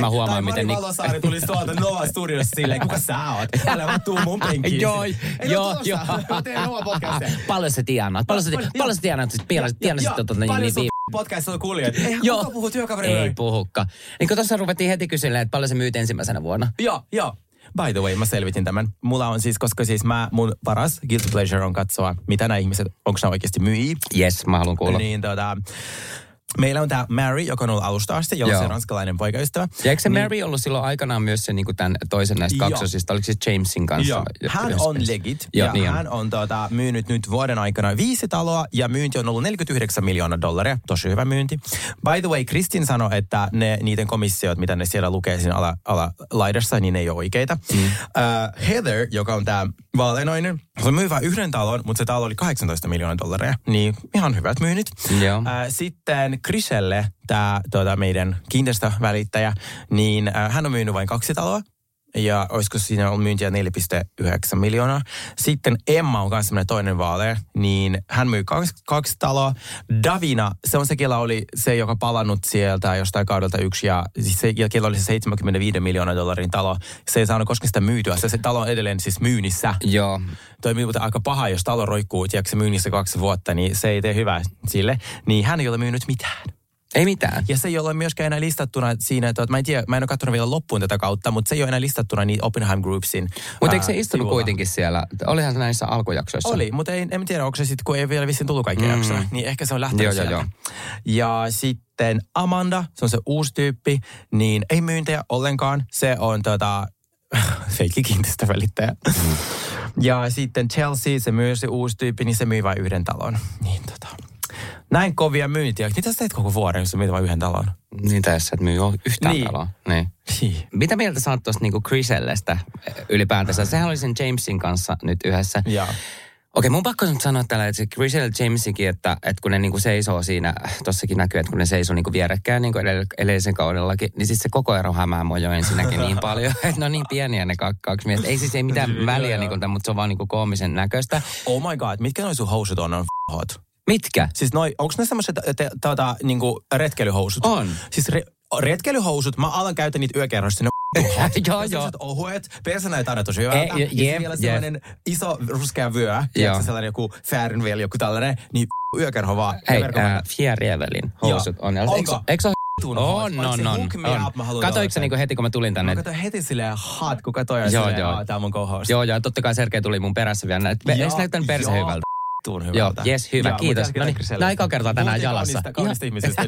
mä huomaan, miten...
Tai Mari Valosaari tulisi tuolta Nova Studiossa silleen, kuka sä oot? Älä mä tuu mun penkiin.
Joo, joo, joo.
Mä teen Nova podcastia.
Paljon sä tienaat? Paljon sä tienaat? Tienasit tuota...
Paljon sun podcastilla kuulijat. Eihän kuka puhu työkaverille.
Ei puhukaan. Niin kun tuossa ruvettiin heti kyselemään, että paljon sä myyt ensimmäisenä vuonna.
Joo, joo. By the way, mä selvitin tämän. Mulla on siis, koska siis mä, mun paras guilty pleasure on katsoa, mitä nämä ihmiset, onko nämä oikeasti myyjiä.
Yes, mä haluan kuulla.
Niin tota... Meillä on tämä Mary, joka on ollut alusta asti, jolla on se ranskalainen poikaystävä.
Ja eikö se
niin,
Mary ollut silloin aikanaan myös se niinku tämän toisen näistä kaksosista? Oliko se Jamesin kanssa?
Joo. Hän on legit.
Joo,
ja
niin
hän on tuota, myynyt nyt vuoden aikana viisi taloa ja myynti on ollut neljäkymmentäyhdeksän miljoonaa dollaria. Tosi hyvä myynti. By the way, Kristin sanoi, että ne, niiden komissiot, mitä ne siellä lukee siinä ala, ala laidassa, niin ne ei ole oikeita. Mm. Uh, Heather, joka on tämä vaaleanoinen, se myy vain yhden talon, mutta se talo oli kahdeksantoista miljoonaa dollaria. Niin ihan hyvät myynnit.
Joo.
Uh, sitten Chriselle, tämä tuota, meidän kiinteistövälittäjä, niin äh, hän on myynyt vain kaksi taloa. Ja olisiko siinä on myyntiä neljä pilkku yhdeksän miljoonaa. Sitten Emma on myös semmoinen toinen vaalea, niin hän myy kaksi, kaksi taloa. Davina, se on se, kela oli se, joka palannut sieltä jostain kaudelta yksi, ja siis se, kela oli se seitsemänkymmentäviisi miljoonaa dollarin talo. Se ei saanut koskaan sitä myytyä. Se, se talo on edelleen siis myynnissä.
Joo.
Toimii mutta aika paha, jos talo roikkuu, tiedätkö, myynnissä kaksi vuotta, niin se ei tee hyvää sille. Niin hän ei ole myynyt mitään.
Ei mitään.
Ja se ei ole myöskään enää listattuna siinä, että mä en tiedä, mä en ole katsonut vielä loppuun tätä kautta, mutta se ei ole enää listattuna niin Oppenheim Groupsin.
Mutta eikö se istunut sivulla kuitenkin siellä? Olihan se näissä alkujaksoissa.
Oli, mutta ei, en tiedä, onko se sitten, kun ei vielä vissiin tullut kaikkia mm. jaksoja, niin ehkä se on lähtenyt joo, sieltä. Joo, joo. Ja sitten Amanda, se on se uusi tyyppi, niin ei myyntejä ollenkaan. Se on tota, feikki kiinteistövälittäjä. Mm. Ja sitten Chelsea, se myy se uusi tyyppi, niin se myy vain yhden talon. Niin tota... Näin kovia myyntiä. Mitä sä teet koko vuoden, jos sä myyt vain yhden talon?
Niin tässä, että myy yhtään
niin.
taloa. Niin.
Niin.
Mitä mieltä sä oot tuosta niinku Chrisellestä ylipäätänsä? Sehän oli sen Jamesin kanssa nyt yhdessä.
Joo.
Okei, mun pakko nyt sanoa tällä, että se Chriselle Jamesinkin, että, että kun ne niinku seisoo siinä, tossakin näkyy, että kun ne seisoo niinku vierekkäin niin kuin edellisen kaudellakin, niin siis se koko ero hämää mua jo ensinnäkin niin paljon, että ne on niin pieniä ne kaksi miestä. Ei siis ei mitään väliä, niin kuin, mutta se on vaan niinku koomisen näköistä.
Oh my god, mitkä noi sun housut on? On hot.
Mitkä?
Siis noi, onko ne semmoiset tota, niinku retkeilyhousut?
On.
Siis re, retkeilyhousut, mä alan käytä niitä yökerroissa, ne
joo, joo.
ohuet, perse näyttää aina tosi hyvältä. E, ja vielä sellainen iso ruskea vyö, tiedätkö sellainen joku Färenvel, joku tällainen, niin yökerho vaan.
Hei, äh, Fjärjevelin housut on.
Onko?
Eikö se
On,
on, on, on. Katoitko sä niinku heti, kun mä tulin tänne?
Mä katsoin heti silleen hot, kun katsoin ja silleen, joo. Tää on mun co-host.
Joo, joo, totta kai Sergei tuli mun perässä vielä. Eikö näyttänyt perse hyvältä?
Tuun hyvältä.
Joo, jes, hyvä, joo, kiitos. No niin, näin eka kertaa tänään jalassa.
Kaunista, kaunista ihmisestä.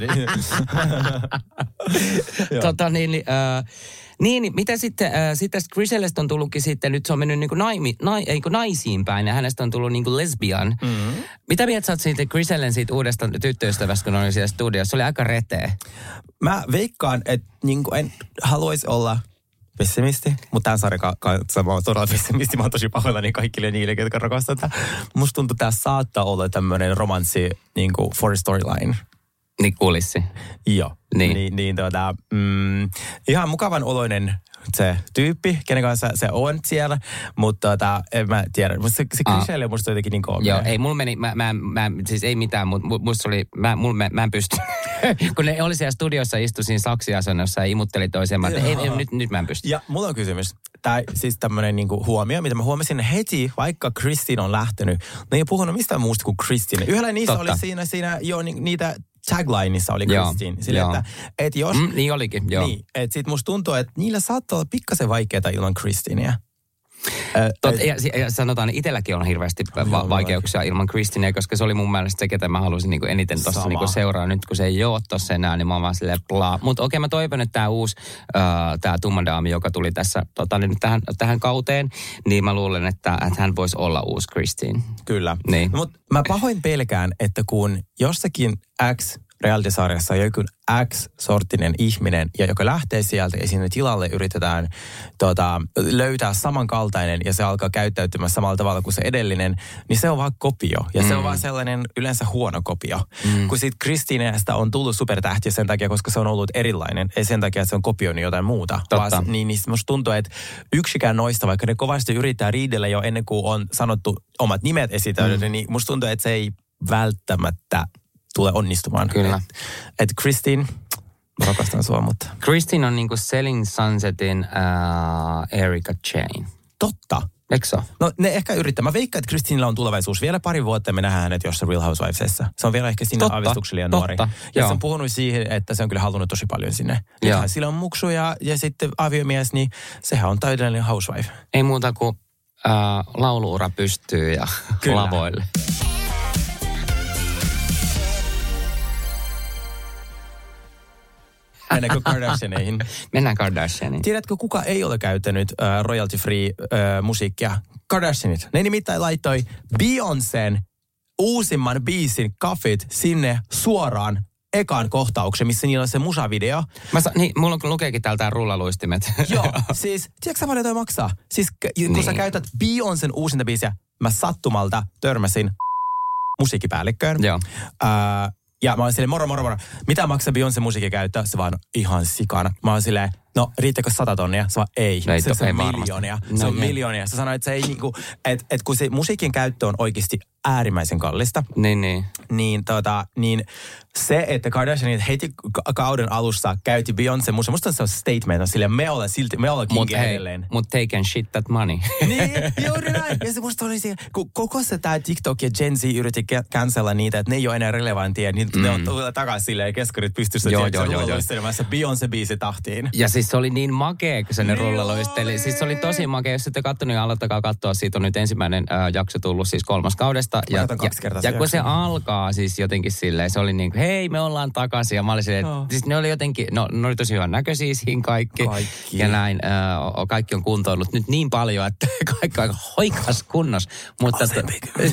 tota niin, äh, niin, niin, mitä sitten, äh, sitten Chrisellestä on tullutkin sitten, nyt se on mennyt niin kuin naimi, na, ei, kuin naisiin päin, ja hänestä on tullut niin kuin lesbian. Mm-hmm. Mitä mieltä sä oot siitä Chrisellen siitä uudesta tyttöystävästä, kun oli siellä studiossa? Se oli aika reteä.
Mä veikkaan, että niin kuin en haluaisi olla pessimisti, mutta tämän sarjan kanssa mä oon todella pessimisti. Mä oon tosi pahoillani kaikille niille, jotka rakastaa tätä. Musta tuntuu, että tämä saattaa olla tämmöinen romanssi niin kuin for storyline.
Niin kulissi.
Joo.
Niin.
Niin, niin tota, mm, ihan mukavan oloinen se tyyppi, kenen kanssa se on siellä, mutta tota, en mä tiedä. Musta se, se Chriselle musta jotenkin niin koominen.
Joo, ei mulla meni, mä, mä, mä, siis ei mitään, mutta musta oli, mä, mulla, mä, mä en pysty. Kun ne oli siellä studiossa, istu siinä saksiasennossa ja imutteli toisiaan, mä ei, ei, nyt, nyt mä en pysty.
Ja mulla on kysymys. Tämä siis tämmöinen niinku huomio, mitä mä huomasin heti, vaikka Kristin on lähtenyt. Ne ei puhunut mistään muusta kuin Kristin. Yhdellä niistä Totta. oli siinä, siinä jo ni, niitä taglineissa oli Kristin. Sille, että et jos...
Mm, niin olikin, joo.
Niin, että sit musta tuntuu, että niillä saattaa olla pikkasen vaikeaa ilman Kristinia.
Tot, ja, ja sanotaan, että itselläkin on hirveästi va- vaikeuksia ilman Kristinia, koska se oli mun mielestä se, ketä mä halusin niin eniten tuossa niin seuraa. Nyt kun se ei ole tuossa enää, niin mä oon vaan silleen plaa. Mutta okei, mä toivon, että tämä uusi, äh, tämä tumma daami, joka tuli tässä tota, niin tähän, tähän kauteen, niin mä luulen, että, että hän voisi olla uusi Kristin.
Kyllä.
Niin.
No, mutta mä pahoin pelkään, että kun jossakin X reality-sarjassa joku X-sorttinen ihminen, ja joka lähtee sieltä ja sinne tilalle yritetään tota, löytää samankaltainen ja se alkaa käyttäytymään samalla tavalla kuin se edellinen, niin se on vaan kopio. Ja mm. se on vaan sellainen yleensä huono kopio. Mm. Kun sitten Kristiinestä on tullut supertähti sen takia, koska se on ollut erilainen. Ei sen takia, että se on kopioinut jotain muuta. Vaan, niin, niin musta tuntuu, että yksikään noista, vaikka ne kovasti yrittää riidellä jo ennen kuin on sanottu omat nimet esitellyt, mm. niin musta tuntuu, että se ei välttämättä tule onnistumaan.
Kyllä.
Että et Kristin, Mä rakastan sua, mutta...
Christine on niinku Selling Sunsetin uh, Erika Jane.
Totta.
Eikö se?
No ne ehkä yrittää. Mä veikkaan, että Christinella on tulevaisuus vielä pari vuotta ja me nähdään hänet jossain Real Housewivesissa. Se on vielä ehkä siinä aavistuksella ja nuori.
Totta,
ja
joo.
se on puhunut siihen, että se on kyllä halunnut tosi paljon sinne. Nythän sillä on muksuja ja sitten aviomies, niin sehän on täydellinen housewife.
Ei muuta kuin uh, lauluura pystyy ja kyllä. lavoille.
Mennäänkö Kardashianeihin?
Mennään Kardashianiin.
Tiedätkö, kuka ei ole käyttänyt uh, royalty-free uh, musiikkia? Kardashianit. Ne nimittäin laittoi Beyoncén uusimman biisin Cuff-it sinne suoraan ekaan kohtauksen, missä niillä on se musavideo.
Mä sa- niin, mulla lukeekin täältä rullaluistimet.
Joo, siis tiedätkö sä paljon toi maksaa? Siis kun niin. sä käytät Beyoncén uusinta biisiä, mä sattumalta törmäsin musiikkipäällikköön.
Joo.
Uh, Ja mä oon silleen, moro, moro, moro. Mitä maksaa Beyoncé musiikin käyttö? Se vaan ihan sikana. Mä oon silleen, no riittääkö sata tonnia? Se vaan ei.
ei
se,
to,
se
ei
on miljoonia.
No,
se on
ei.
miljoonia. Sä sanoit, että se ei niinku, että et kun se musiikin käyttö on oikeasti äärimmäisen kallista.
Niin, niin.
Niin, tota, niin se, että Kardashianit heti kauden alussa käytti Beyoncé musa, musta se on statement, on silleen, me ollaan silti, me ollaan kinkin edelleen.
Mut take and shit that money.
Niin, juuri näin. Ja se musta oli siinä, kun koko se tää TikTok ja Gen Z yritti cancella niitä, että ne ei ole enää relevanttia, niin mm. ne on tullut takaisin silleen ja keskarit pystyssä
joo, joo, joo, joo.
Beyoncé-biisi tahtiin.
Ja siis se oli niin makea, kun se ne
niin
rullaloisteli. Siis se oli tosi makea. Jos ette katso, niin aloittakaa katsoa. Siitä on nyt ensimmäinen äh, jakso tullut siis kolmas kaudesta.
Mä
ja,
kaksi kertaa
ja, ja kun
jakson.
se alkaa siis jotenkin silleen, se oli niin kuin, hei me ollaan takaisin. Ja mä olin silleen,
oh.
siis ne oli jotenkin, no ne oli tosi hyvän näköisiä siinä kaikki.
Kaikki.
Ja näin, äh, kaikki on kuntoillut nyt niin paljon, että kaikki on aika hoikas kunnossa. Mutta to,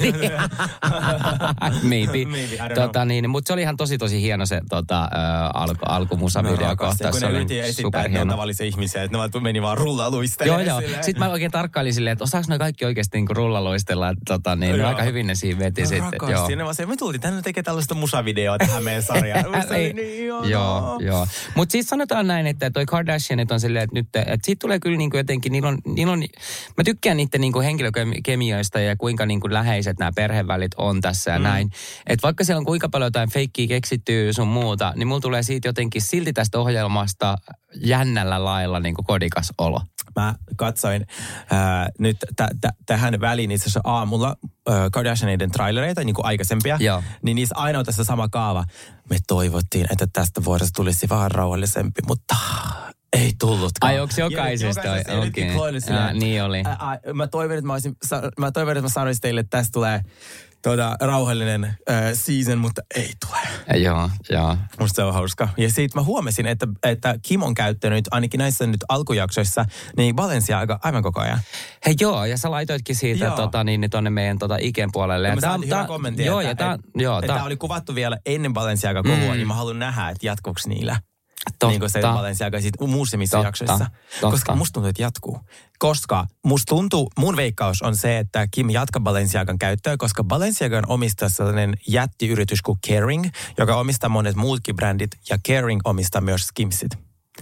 maybe.
maybe
tota, niin, mutta se oli ihan tosi tosi hieno se tota, äh, alku, alkumusavideokohtaus.
Kun ne yritti esittää, että ne on tavallisia ihmisiä, että ne meni vaan rullaluistelemaan.
Joo, joo. Sitten mä oikein tarkkailin silleen, että osaako ne kaikki oikeasti niinku rullaluistella. Että, tota, niin, no, aika hyvin ne siinä veti
no,
sitten.
Joo. Ne vaan se, me tultiin tänne tekemään tällaista musavideoa tähän meidän sarjaan. Ei, niin, joo,
joo, joo. Mutta siis sanotaan näin, että toi Kardashianit on silleen, että nyt, että siitä tulee kyllä niinku jotenkin, niillä on, niillä on, mä tykkään niiden niinku henkilökemioista ja kuinka niinku läheiset nämä perhevälit on tässä ja mm. näin. Että vaikka siellä on kuinka paljon jotain feikkiä keksittyä sun muuta, niin mulla tulee siitä jotenkin silti tästä ohjelmasta jännällä lailla niinku kodikas olo.
Mä katsoin äh, nyt t- t- tähän väliin itse asiassa aamulla äh, Kardashianiden trailereita, niin kuin aikaisempia.
Joo.
Niin niissä aina on tässä sama kaava. Me toivottiin, että tästä vuodesta tulisi vähän rauhallisempi, mutta ei tullutkaan.
Ai onko jokaisesta?
Jokaisesta
Okei.
Okay.
Ja, niin oli.
Ä, ä, mä toivon, että mä, olisin, mä toivon, että mä sanoisin teille, että tästä tulee tuota, rauhallinen äh, season, mutta ei tule.
Joo, joo.
Musta se on hauska. Ja siitä mä huomasin, että, että Kim on käyttänyt ainakin näissä nyt alkujaksoissa niin Balenciaga aivan koko ajan.
Hei joo, ja sä laitoitkin siitä tota, niin, tonne meidän tota, Iken puolelle.
Ja mä
tää,
saan hyvä kommentti,
joo,
että,
ja tää,
että,
joo,
että
tää,
tää oli kuvattu vielä ennen Balenciaga-kohua, mm. niin mä haluan nähdä, että jatkuuko niillä. Totta. Niin kuin se Balenciaga siitä muusimissa totta, jaksoissa. Totta. Koska musta tuntuu, että jatkuu. Koska musta tuntuu, mun veikkaus on se, että Kim jatkaa Balenciagan käyttöä, koska Balenciagan omistaa sellainen jättiyritys kuin Kering, joka omistaa monet muutkin brändit, ja Kering omistaa myös Skimsit.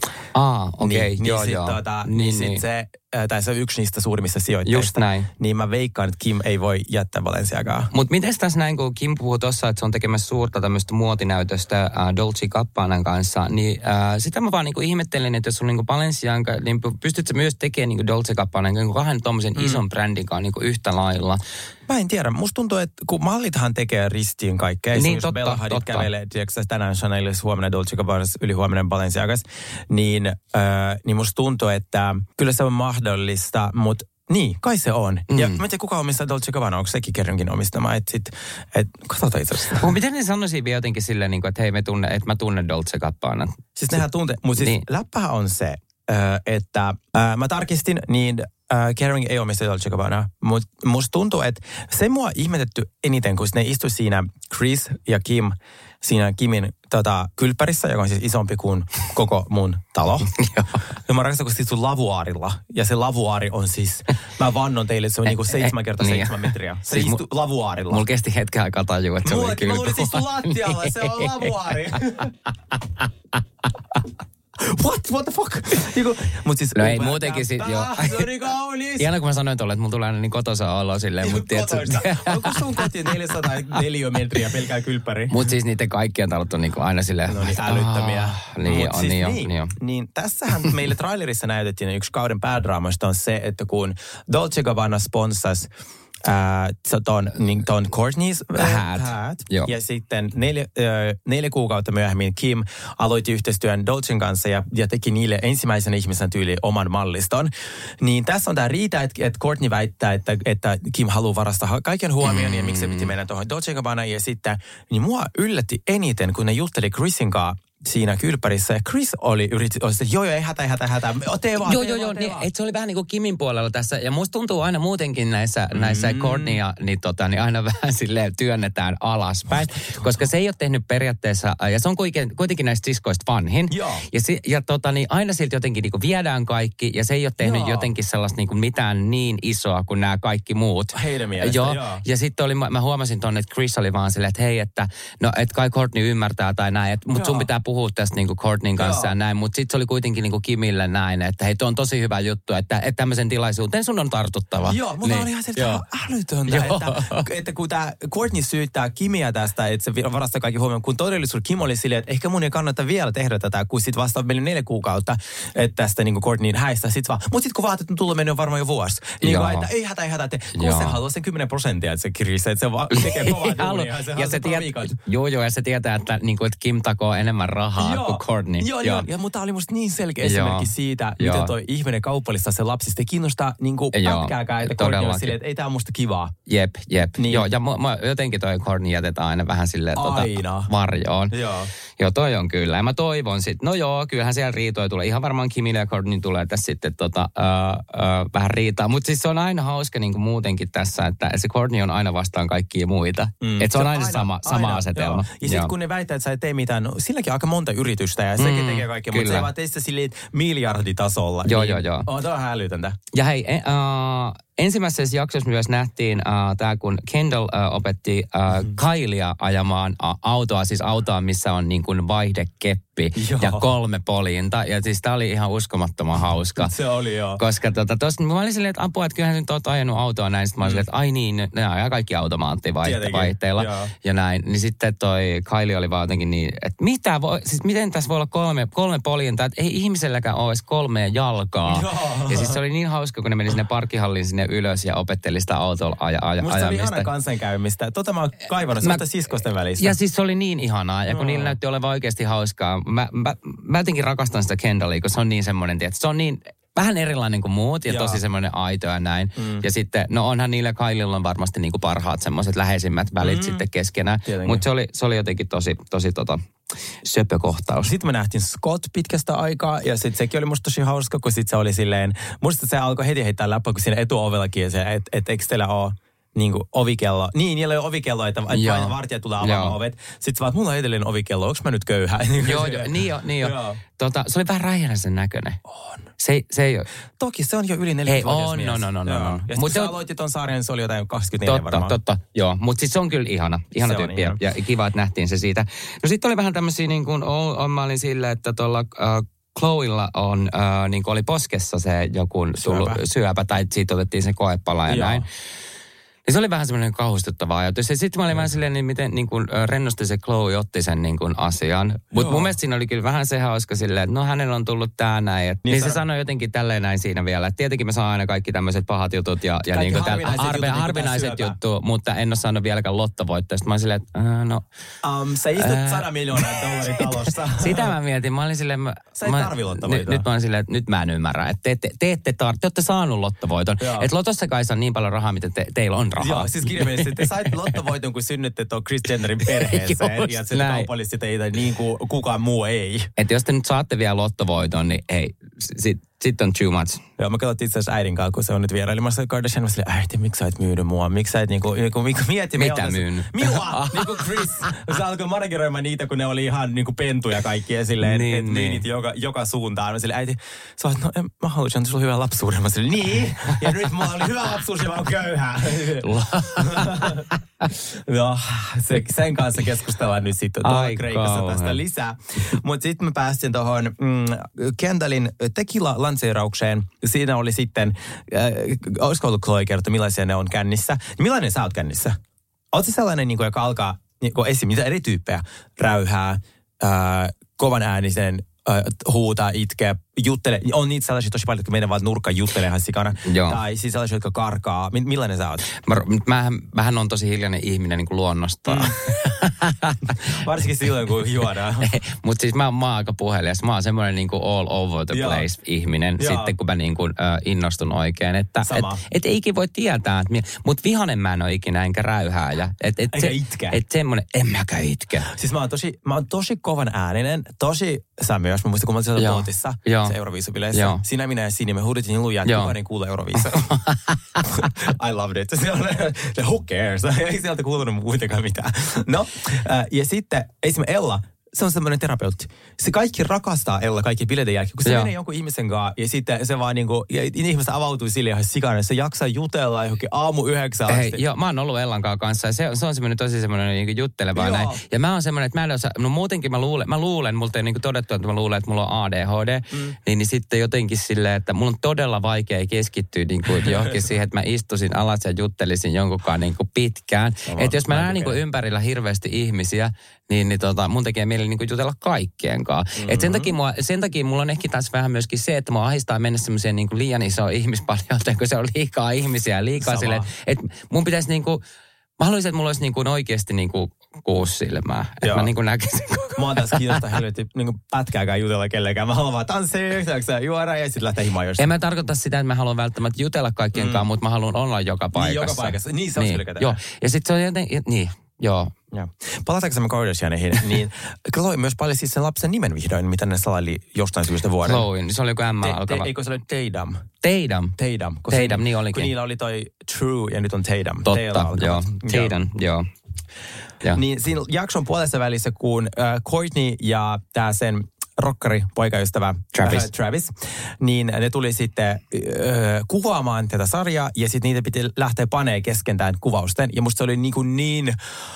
Ah, okei, okay,
niin,
joo,
niin
joo.
Sit, tuota,
niin,
niin,
niin.
Sit se, tai se on yksi niistä suurimmista sijoittajista.
Just näin.
Niin mä veikkaan, että Kim ei voi jättää Balenciagaa.
Mutta miten tässä näin, kun Kim puhuu tuossa, että se on tekemässä suurta tämmöistä muotinäytöstä äh, Dolce Gabbanan kanssa, niin äh, sitä mä vaan niinku ihmettelin, että jos on niinku Balenciaga, niin pystytkö myös tekemään niinku Dolce Gabbanan niinku kahden tommosen mm. ison brändin kanssa niinku yhtä lailla?
Mä en tiedä. Musta tuntuu, että kun mallithan tekee ristiin kaikkea.
Niin,
esimerkiksi
totta,
Bella Hadid
totta.
kävelee, tiedätkö tänään Chanelissa, huomenna Dolce Gabbanassa, yli huomenna Balenciagas, niin, äh, niin musta tuntuu, että kyllä se on mahdollista, mutta niin, kai se on. Mm. Ja mä en tiedä, kuka omistaa Dolce Gabbana, onko sekin Keringin omistama, että sit, et katsotaan itse asiassa.
Mutta miten ne sanoisi vielä jotenkin silleen, että hei, me tunne, että mä tunnen Dolce Gabbanan?
Siis nehän tuntee, mutta siis
niin.
läppähän on se, että äh, mä tarkistin, niin äh, Kering ei omista Dolce Gabbana, mutta musta tuntuu, että se mua ihmetetty eniten, kun ne istui siinä Chris ja Kim, siinä Kimin tota, kylppärissä, joka on siis isompi kuin koko mun talo. Ja mä rakastan, kun se istuu lavuaarilla. Ja se lavuaari on siis, mä vannon teille, että se on niinku seitsemän kertaa seitsemän metriä. Se siis istuu mu- lavuaarilla.
Mulla kesti hetken aikaa tajua, että se
Mullakin,
oli kylppäri.
Mullakin, mä luulin, että se istuu lattialla, se on lavuaari. what, what the fuck? Niinku, mut siis...
No ei muutenkin sit joo.
Se on niin kaunis.
Ihana kun mä sanoin tuolle, että mulla tulee aina niin kotoisa olo silleen. Mut
kotoisa. Onko sun koti neljäsataa neliömetriä pelkää kylppäri?
Mut siis niiden kaikkien talot on niinku aina silleen...
No niin älyttömiä.
Ah, niin on,
siis
niin on,
niin,
niin on.
Niin tässähän meille trailerissa näytettiin yksi kauden päädraamasta on se, että kun Dolce Gabbana sponsasi Uh, ton, niin, ton Kourtney's
Hat.
hat.
Joo.
Ja sitten neljä, uh, neljä kuukautta myöhemmin Kim aloitti yhteistyön Dolcen kanssa ja, ja teki niille ensimmäisen ihmisen tyyli oman malliston. Niin tässä on tämä riita, että, että Kourtney väittää, että, että Kim haluaa varastaa kaiken huomioon mm. ja miksi se piti mennä tuohon Dolce Gabbana. Ja sitten, niin mua yllätti eniten, kun ne jutteli Chrisin kanssa siinä kylppärissä. Ja Chris oli yritti, oli, että joo, joo, ei hätä, ei hätä, ei hätä. Tee vaan,
joo,
tee
joo, joo. Niin, et se oli vähän niin kuin Kimin puolella tässä. Ja musta tuntuu aina muutenkin näissä, mm. näissä Kourtneya, niin, tota, niin aina vähän silleen työnnetään alaspäin. Oh, koska se ei ole tehnyt periaatteessa, ja se on kuitenkin, kuitenkin näistä siskoista vanhin.
Joo.
Ja, si, ja tota, niin aina silti jotenkin niin kuin viedään kaikki. Ja se ei ole tehnyt joo. jotenkin sellaista niin kuin mitään niin isoa kuin nämä kaikki muut.
Heidän mielestä,
joo.
joo.
Ja sitten oli, mä huomasin tonne, että Chris oli vaan silleen, että hei, että no, että kai Kourtney ymmärtää tai näin. Mutta sun pitää puhua tästä niin kuin Kourtneyn kanssa joo. ja näin, mutta sitten se oli kuitenkin niinku Kimille näin, että hei, tuo on tosi hyvä juttu, että, että tämmöisen tilaisuuteen sun on tartuttava.
Joo, mutta niin. oli ihan sieltä älytöntä, että, että kun tämä Kourtney syyttää Kimiä tästä, että se varastaa kaikki huomioon, kun todellisuus Kim oli silleen, että ehkä mun ei kannata vielä tehdä tätä, kun sit vasta meillä neljä kuukautta että tästä niinku Kourtneyn häistä, sit vaan, mutta sitten kun vaatit, että tulla mennyt varmaan jo vuosi, niin kuin, että ei hätä, ei hätä, että kun se haluaa sen kymmenen prosenttia, että se kirjaa, että se vaan tekee kovaa duunia, se
ja se tiet, joo, joo, ja se tietää, että, niinku, että Kim takoo enemmän rahaa joo. kuin Kourtney.
Joo, joo, ja mutta oli musta niin selkeä esimerkki siitä, joo. miten toi ihminen kaupallista se lapsista ei kiinnostaa niinku pätkääkään, että Kourtney on silleen, että ei tää on musta kivaa.
Jep, jep. Niin. Joo, ja mä, mä, jotenkin toi Kourtney jätetään aina vähän silleen tota, varjoon. Joo. Joo, toi on kyllä. Ja mä toivon sit, no joo, kyllähän siellä riitoja tulee. Ihan varmaan Kimille ja Kourtney tulee tässä sitten tota, ö, ö, vähän riitaa. Mutta siis se on aina hauska niin kuin muutenkin tässä, että se Kourtney on aina vastaan kaikkia muita. Mm. Että se on aina, aina sama, aina, sama asetelma. Joo.
Ja sitten kun ne väittää, että sä et tee mitään, no, silläkin on aika monta yritystä ja sekin mm, tekee kaikkea. Mutta se vaan teistä silleen miljarditasolla.
Joo,
niin,
joo, joo.
Oh, tämä on hälytöntä.
Ja hei, uh, ensimmäisessä jaksossa myös nähtiin uh, tämä, kun Kendall uh, opetti uh, mm-hmm. Kylea ajamaan uh, autoa, siis autoa, missä on niin kuin vaihdekeppi joo. ja kolme poljinta. Ja siis tämä oli ihan uskomattoman hauska.
Se oli joo.
Koska tota, tossa, mä olin silleen, että apua, että kyllähän nyt oot ajanut autoa näin. Sitten mä olin silleen, että ai niin, ne ajaa kaikki automaattivaihteilla ja näin. Niin sitten toi Kylie oli vaan jotenkin niin, että mitä voi, siis miten tässä voi olla kolme, kolme poljinta, että ei ihmiselläkään ole edes kolmea jalkaa. Joo. Ja siis se oli niin hauska, kun ne meni sinne parkkihalliin sinne ylös ja opetteli sitä autolla aja, aja,
musta
ajamista.
Musta oli ihana kansankäymistä. Tota mä oon kaivannut mä, siskosten välissä.
Ja siis se oli niin ihanaa. Ja kun no. niillä näytti olevan oikeasti hauskaa. Mä, mä, mä jotenkin rakastan sitä Kendallia, kun se on niin semmoinen, että se on niin vähän erilainen kuin muut ja Jaa. tosi semmoinen aito ja näin. Mm. Ja sitten, no onhan niillä Kylella on varmasti niinku parhaat semmoiset läheisimmät välit mm. sitten keskenään. Mutta se oli, se oli jotenkin tosi, tosi tota... söpökohtaus.
Sitten me nähtiin Scott pitkästä aikaa ja sitten sekin oli musta tosi hauska, kun sitten se oli silleen, musta se alkoi heti heittää läppä, kun siinä etuovellakin ja se, että et, eikö teillä ole niin kuin ovikello. Niin, niillä ei ole ovikello, että aina vartija tulee avaamaan ovet. Sitten vaan, että mulla on edelleen ovikello, onko mä nyt köyhä?
Joo, joo, niin jo, niin jo. Tota, se oli vähän räjänäisen näköinen.
On.
Se, se ei ole.
Toki se on jo yli neljäkymmentävuotias mies.
On, no, no, no, no.
Ja sitten se aloitti ton sarjan, se oli jotain kaksikymmentäneljä
totta,
varmaan.
Totta, totta, joo. Mutta siis se on kyllä ihana, ihana tyyppi ja, ja kiva, että nähtiin se siitä. No sitten oli vähän tämmöisiä niin kuin, oh, mä olin silleen, että tuolla uh, Chloella on, uh, niin kuin oli poskessa se joku tullut syöpä. syöpä tai siitä otettiin se koepala ja joo. näin. Ja se oli vähän semmoinen kauhistuttava ajatus. Ja sitten mä olin vähän silleen, niin miten niin kuin, rennosti se Chloe otti sen niin kuin, asian. Mutta mun mielestä siinä oli kyllä vähän se hauska silleen, että no hänellä on tullut tää näin. Et, niin, niin se sanoi jotenkin tälleen näin siinä vielä. Että tietenkin mä saan aina kaikki tämmöiset pahat jutut ja, ja niin kuin harvinaiset, harve, jutut, harvinaiset juttu, mutta en ole saanut vieläkään lottovoittoa. Sitten mä olin silleen, että äh, no...
Um, sä istut äh, sata miljoonaa dollarin talossa.
Sitä mä mietin. Mä olin silleen... Mä,
sä ei tarvi lottovoitoa.
Nyt, nyt mä olin silleen, että nyt mä en ymmärrä. Että te, te, te ette tar- te olette saanut lottovoiton. Että lotossa kai on niin paljon rahaa, mitä te, teillä on rahaa.
Joo, siis kirjallisesti te sait lottovoiton, kun synnytte tuon Kris Jennerin perheeseen. Ja se kaupallisesti teitä niin kuin kukaan muu ei.
Että jos te nyt saatte vielä lottovoiton, niin ei, sit, sit on too much.
Joo, mä katsottiin itse asiassa äidin kanssa, kun se on nyt vierailemassa Kardashian. Mä sanoin, äiti, miksi sä et myynyt mua? Miksi sä et niinku, niinku, niinku mieti.
Mitä myynyt?
Minua, niinku Chris. Se alkoi manageroimaan niitä, kun ne oli ihan niinku pentuja kaikki ja silleen,
niin,
että
niin.
myy niitä joka, joka suuntaan. Mä silleen, äiti, sä oot, no en, mä haluaisin, että sulla on hyvä lapsuuden. Mä silleen, niin. Ja nyt mulla oli hyvä lapsuus ja mä oon köyhää. No, se, sen kanssa keskustellaan nyt sitten tuolla Kreikassa tästä lisää. Mutta sitten mä päästin tuohon mm, Kendallin tequila-lanseeraukseen. Siinä oli sitten, äh, olisiko ollut Chloe kertoi, millaisia ne on kännissä. Millainen sä oot kännissä? Ootko sellainen, niin kuin, joka alkaa, niin kuin esim. Mitä eri tyyppejä, räyhää, äh, kovan äänisen, äh, huutaa, itkeä, juttelee. On niitä sellaisia tosi paljon, jotka menee vaan nurkkaan juttelemaan sikana.
Joo.
Tai siis sellaisia, jotka karkaa. Millainen sä oot?
Mä, mähän, mähän on tosi hiljainen ihminen niin kuin luonnostaan. Mm.
Varsinkin silloin, kun juodaan.
Mutta siis mä, mä oon aika puhelias. Mä oon semmoinen niin kuin all over the
Joo.
place ihminen.
Joo.
Sitten kun mä niin kuin, äh, innostun oikein. Että et,
Sama.
et ei ikinä voi tietää. Mutta vihanen mä en ole ikinä enkä räyhääjä. Et, et
Eikä
se,
itkeä.
Et semmoinen, en mäkään itkeä.
Siis mä oon tosi, mä oon tosi kovan ääninen, tosi sä myös. Mä muistan, kun mä olin siellä
Joo.
Bootissa,
Joo.
se Euroviisubileissä.
Joo.
Sinä, minä ja Sini, me huudettiin niin lujaa, että
Joo.
kukaan ei kuule Euroviisua. I loved it. Se who cares? Ei sieltä kuulunut kuitenkaan mitään. No, äh, ja sitten esimerkiksi Ella, se on semmoinen terapeutti. Se kaikki rakastaa Ella kaikki bileiden jälkeen, kun se
Joo.
menee jonkun ihmisen kanssa ja sitten se vaan niinku, ja ihmiset avautuu sille ihan sikana, se jaksaa jutella johonkin aamu yhdeksän asti.
Hei, joo, mä oon ollut Ellan kanssa ja se, se on semmoinen tosi semmoinen niin jutteleva
Joo.
näin. Ja mä oon semmoinen, että mä en osaa, no muutenkin mä luulen, mä luulen, multa ei niin todettu, että mä luulen, että mulla on A D H D, mm. niin, niin sitten jotenkin silleen, että mulla on todella vaikea keskittyä niin kuin johonkin siihen, että mä istuisin alas ja juttelisin jonkunkaan niin kuin pitkään. Että jos mä näen niin kuin ympärillä hirveästi ihmisiä, niin, niin tota, mun tekee mieli niin kuin jutella kaikkien kanssa. Mm-hmm. Et sen, takia mua, sen takia mulla on ehkä taas vähän myöskin se, että mua ahistaa mennä semmoiseen niin kuin liian isoon ihmispaljouteen, kun se on liikaa ihmisiä ja liikaa
Sama.
silleen, että mun pitäisi niin kuin, mä haluaisin, että mulla olisi niin kuin oikeasti niin kuin kuusi silmää. Että mä niin kuin näkisin koko
Mä oon tässä kiinnostaa helvetti niin pätkääkään jutella kellekään. Mä haluan vaan tanssia, yhtäksä juoda ja sitten lähteä himaan jossain.
En mä tarkoita sitä, että mä haluan välttämättä jutella kaikkien mm. kanssa, mutta mä haluan olla joka paikassa.
Niin, joka paikassa. Niin, se on
niin,
kyllä
joo. Ja sitten se on jotenkin, niin, joo.
Ja. Palataanko me Kardashianihin, niin Chloe myös paljasti sen lapsen nimen vihdoin, mitä ne salaili jostain syystä vuoden.
Chloe, niin se oli joku M
te,
alkava.
Te, eikö se ole Tatum?
Tatum.
Tatum.
Tatum, niin olikin.
Kun niillä oli toi True ja nyt on Tatum.
Totta, joo. Tatum, joo. Ja.
Niin siinä jakson puolessa välissä, kun äh, Kourtney ja tää sen rokkari, poikaystävä
Travis.
Äh, Travis, niin ne tuli sitten äh, kuvaamaan tätä sarjaa ja sitten niitä piti lähteä paneen kesken tämän kuvausten. Ja musta se oli niin kuin niin...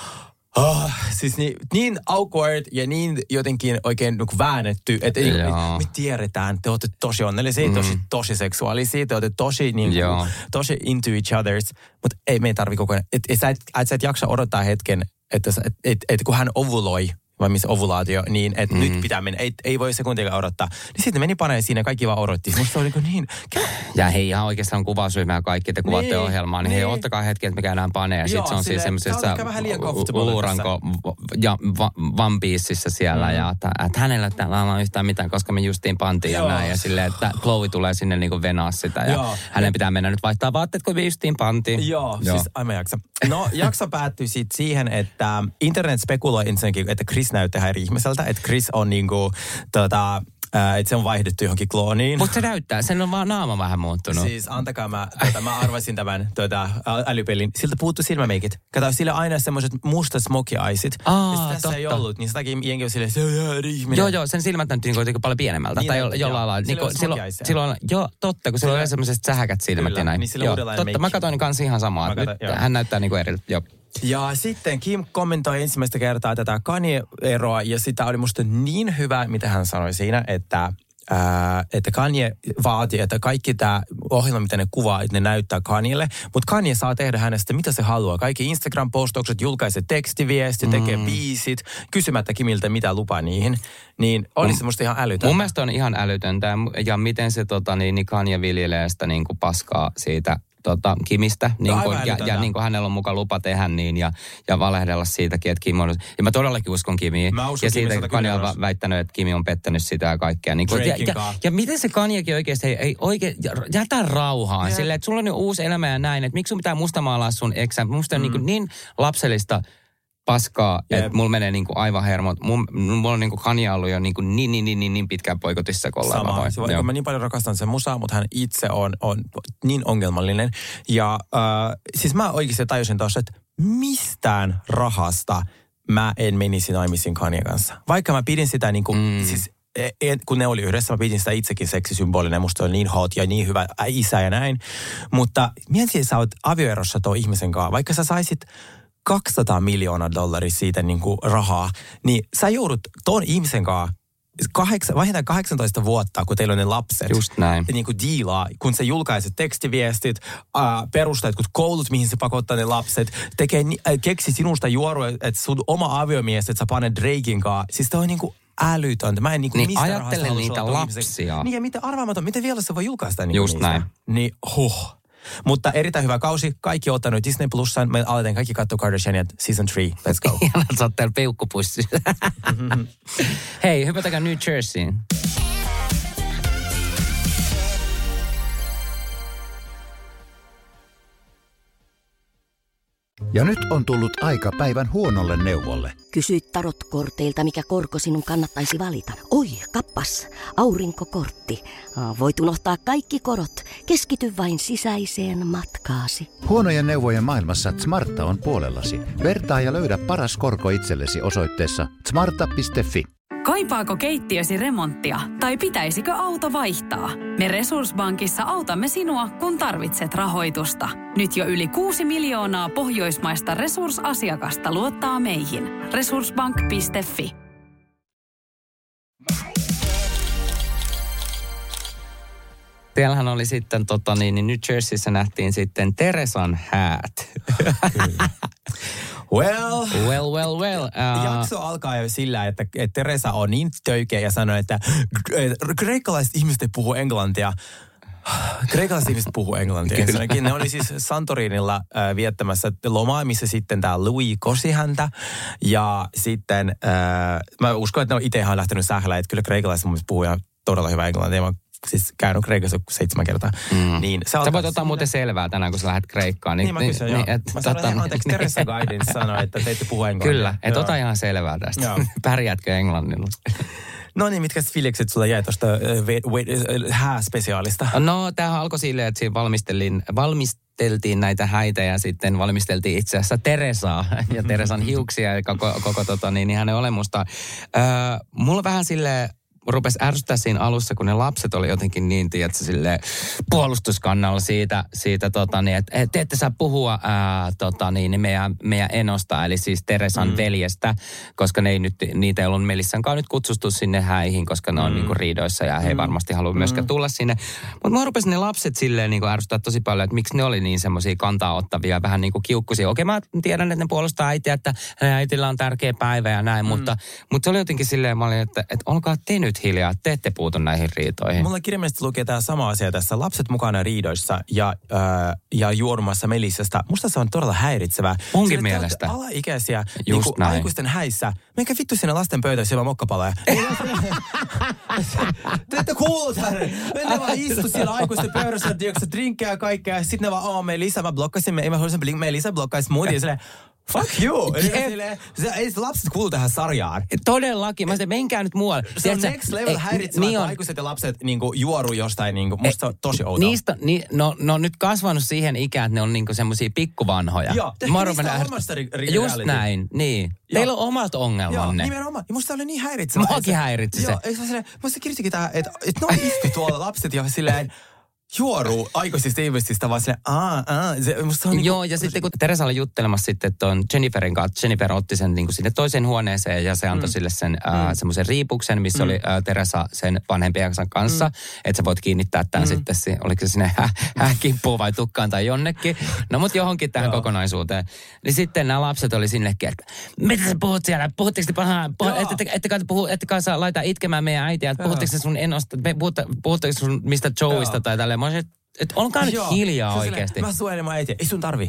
Oh, siis niin, niin awkward ja niin jotenkin oikein niin väännetty, että me, me tiedetään, te olette tosi onnellisia, mm. tosi, tosi seksuaalisia, te olette tosi, niin kuin, tosi into each others, mutta ei me ei tarvitse koko ajan, että et, sä, et, et, sä et jaksa odottaa hetken, että et, et, et, kun hän ovuloi, vai missä ovulaatio, niin että mm. nyt pitää mennä, ei, ei voi sekuntiakaan odottaa. Niin sitten meni paneen siinä ja kaikki vaan odotti. Musta oli niin...
Ja hei, ihan oikeastaan on kuvausryhmää kaikki, te kuvaatte
niin,
ohjelmaa, niin, niin hei, ottakaa hetki, että me käydään paneen. Ja sitten se on siis semmoisessa uluranko ja One Pieceissä siellä. Mm. Ja että, että hänellä täällä on yhtään mitään, koska me justiin pantiin ja näin. Ja silleen, että Chloe tulee sinne niin kuin venaa sitä. Ja joo. Hänen pitää mennä nyt vaihtaa vaatteet, kun me justiin pantiin.
Joo, joo. Siis aivan jaksa. No, jakso päättyi sitten siihen, että internet spekuloi ensinnäkin, että Chris näyttää eri ihmiseltä, että Chris on niinku, tota, ää, että se on vaihdettu johonkin klooniin.
Mutta se näyttää, sen on vaan naama vähän muuttunut.
Siis antakaa mä, tota, mä arvasin tämän tota, älypelin. Siltä puuttu silmämeikit. Kato, sillä aina semmoiset mustat smoky eyesit.
Aa,
ja tässä
totta.
ei ollut, niin sitäkin jengi on silleen, se on eri ihminen.
Joo, joo, sen silmät näytti niinku paljon pienemmältä.
Niin
tai
näytti,
jo, jollain lailla. Niinku, silloin, silloin, joo, totta, kun silloin oli semmoiset sähäkät silmät
kyllä,
ja näin.
Niin sillä
joo,
totta,
meikki. Mä katsoin kanssa ihan samaa. Katon, nyt, hän näyttää niinku eri, joo.
Ja sitten Kim kommentoi ensimmäistä kertaa tätä Kanye-eroa, ja sitä oli musta niin hyvä, mitä hän sanoi siinä, että, ää, että Kanye vaati, että kaikki tämä ohjelma, mitä ne kuvaa, että ne näyttää Kanyelle, mutta Kanye saa tehdä hänestä mitä se haluaa. Kaikki Instagram-postaukset, julkaisee tekstiviesti, tekee mm. biisit, kysymättä Kimiltä mitä lupaa niihin, niin oli se musta ihan älytöntä.
Mun mielestä on ihan älytöntä, ja miten se tota, niin, niin Kanye viljelee sitä niin kuin paskaa siitä Tota, Kimistä, niin kun, ja, ja niin kuin hänellä on mukaan lupa tehdä niin, ja, ja valehdella siitäkin, että Kim on, ja mä todellakin uskon Kimiin.
Mä uskon
ja siitä
Kimi
Kanye on va- väittänyt, että Kimi on pettänyt sitä ja kaikkea. Niin kun, ja, ja, ja miten se Kanyekin oikeasti, ei, ei oikein, jätä rauhaan, yeah. silleen, että sulla on jo uusi elämä ja näin, että miksi sun pitää mustamaalaa sun eksä. Musta on mm. niin, niin lapsellista paskaa, että mulla menee niinku aivan hermot. Mulla, mulla on niinku Kanye ollut jo niinku niin, niin, niin, niin, niin pitkään poikotissa, kun ollaan
Sama. Se, mä niin paljon rakastan sen musaa, mutta hän itse on, on niin ongelmallinen. Ja äh, siis mä oikeasti tajusin tuossa, että mistään rahasta mä en menisi naimisiin Kanyen kanssa. Vaikka mä pidin sitä niinku, mm. siis en, kun ne oli yhdessä, mä pidin sitä itsekin seksisymbolinen. Musta oli niin hot ja niin hyvä isä ja näin. Mutta mielestäni sä oot avioerossa tuon ihmisen kanssa. Vaikka sä saisit kaksisataa miljoonaa dollaria siitä niin kuin rahaa, niin sä joudut ton ihmisen kanssa kahdeksan, vähintään kahdeksantoista vuotta, kun teillä on ne lapset.
Just näin.
Niin kuin diilaa, kun sä julkaiset tekstiviestit, äh, perustaa jotkut koulut, mihin se pakottaa ne lapset, tekee, äh, keksi sinusta juorua, että sun oma aviomies, että sä panet Drakein kanssa. Siis toi on niin kuin älytöntä. Mä en niin kuin
niin
mistä
ajattele niitä lapsia.
Niin ja miten arvaamaton, miten vielä se voi julkaista niin
just
niistä?
Näin.
Niin huh. Mutta erittäin hyvä kausi. Kaikki on ottanut Disney Plussaan. Me aletaan kaikki katsoa Kardashianit season three. Let's go.
Ihanat, sä oot täällä peukkupussissa. Hei, hypätäkää New Jerseyin.
Ja nyt on tullut aika päivän huonolle neuvolle.
Kysyit tarotkorteilta, mikä korko sinun kannattaisi valita. Oi, kappas, aurinkokortti. Voit unohtaa kaikki korot. Keskity vain sisäiseen matkaasi.
Huonojen neuvojen maailmassa Smarta on puolellasi. Vertaa ja löydä paras korko itsellesi osoitteessa smarta piste fi.
Kaipaako keittiösi remonttia tai pitäisikö auto vaihtaa? Me Resurssbankissa autamme sinua, kun tarvitset rahoitusta. Nyt jo yli kuusi miljoonaa pohjoismaista resursasiakasta luottaa meihin. resurssbank piste fi.
Siellähän oli sitten, tota, niin, niin New Jerseyssä nähtiin sitten Teresan häät.
Kyllä. Well,
well, well, well. Uh...
Jakso alkaa jo sillä, että, että Teresa on niin töykeä ja sanoo, että kreikkalaiset ihmiset puhuu englantia. Kreikkalaiset ihmiset puhuu englantia. Ensinnäkin ne oli siis Santorinilla äh, viettämässä lomaa, missä sitten tämä Louis kosi häntä. Ja sitten äh, mä uskon, että ne on itse ihan lähtenyt sählään, että kyllä kreikkalaiset mun puhuu ihan todella hyvä englantia. Mä siis käynyt Kreikassa seitsemän kertaa. Mm. Niin,
sä voit ottaa sinne muuten selvää tänään, kun sä lähdet Kreikkaan.
Niin, niin mä kysyn, niin, joo. Et, mä sanoin, tota, anteeksi, Teresa Guidance sanoi, että te ette puhu englantia.
Kyllä, et ota ihan selvää tästä. Pärjäätkö englannilla?
No niin, mitkä fiilikset sulla jäi tuosta hääspesiaalista?
No, tämähän alkoi silleen, että siinä valmistelin, valmisteltiin näitä häitä ja sitten valmisteltiin itse asiassa Teresaa ja Teresan hiuksia ja koko, koko tota, niin, niin hänen olemusta. Öö, mulla vähän silleen rupesi ärsyttää siinä alussa, kun ne lapset oli jotenkin niin, tiedätkö, silleen puolustuskannalla siitä, siitä tota, niin, että et, te ette saa puhua ää, tota, niin, meidän, meidän enosta, eli siis Teresan mm. veljestä, koska ne ei nyt, niitä ei ollut Melissankaan nyt kutsustu sinne häihin, koska ne on mm. niinku riidoissa ja he ei varmasti halua mm. myöskään tulla sinne. Mutta mua rupesi ne lapset silleen niinku ärsyttää tosi paljon, että miksi ne oli niin semmoisia kantaa ottavia, vähän niin kuin kiukkuisia. Okei, mä tiedän, että ne puolustaa äitiä, että hänen äitillä on tärkeä päivä ja näin, mm. mutta, mutta se oli jotenkin silleen, mä olin, että, että olkaa te nyt hiljaa, te ette puutu näihin riitoihin.
Mulla kirjallisesti lukee tämä sama asia tässä. Lapset mukana riidoissa ja, äh, ja juorumassa Melissasta. Musta se on todella häiritsevää.
Onkin
sillä
mielestä.
Alaikäisiä niin aikuisten häissä. Menkää vittu sinne lasten pöytään siellä mokkapaloja. Te ette kuulu tänne. Mennään vaan istu siellä aikuisten pöydässä, tiedätkö, drinkkejä ja kaikkea. Sitten ne vaan, oh, Melissa, mä blokkasin. Mä haluaisin, Melissa blokkaisi muut. Ja silleen, fuck you! Ei lapset kuulu tähän sarjaan.
Todellakin. Mä sanoin, menkää nyt muualle.
Se on next level häiritsevää, niin aikuiset ja lapset niinku juoru jostain. Niinku, musta se on tosi outoa.
Niistä, ni, no, no nyt kasvanut siihen ikään, että ne on niinku semmosia pikkuvanhoja.
Joo, tehkää niistä omasta reality.
Just näin, niin. Joo. Teillä on omat ongelmanne.
Joo, nimenomaan. Ja musta se oli niin häiritsevää.
Muakin häiritsi se.
Joo, musta kirjoitikin tähän, että et ne istu tuolla lapset ja silleen juoru aikuisista ihmisistä vaan silleen, aa, aa. Se, musta on
Joo,
niinku,
ja sitten kun Teresa oli juttelemassa sitten tuon Jenniferin kanssa, Jennifer otti sen niin kuin sinne toiseen huoneeseen ja se antoi mm. sille sen mm. äh, semmoisen riipuksen, missä mm. oli äh, Teresa sen vanhempien kanssa, mm. että sä voit kiinnittää tämän mm. sitten, oliko se sinne hä, häkimppuun vai tukkaan tai jonnekin. No mut johonkin tähän kokonaisuuteen. Niin sitten nämä lapset oli sinnekin, että mitä sä puhut siellä? Puhutteko te pahaa? Ettekä puhu, ettekä saa laita itkemään meidän äitiä, puhutteko se sun enosta, puhutteko sun mistä Joeista tai tälleen. Mä olisin, että et olkaa nyt
joo,
hiljaa oikeasti.
Mä suojelen mun äitiä. Ei sun tarvi.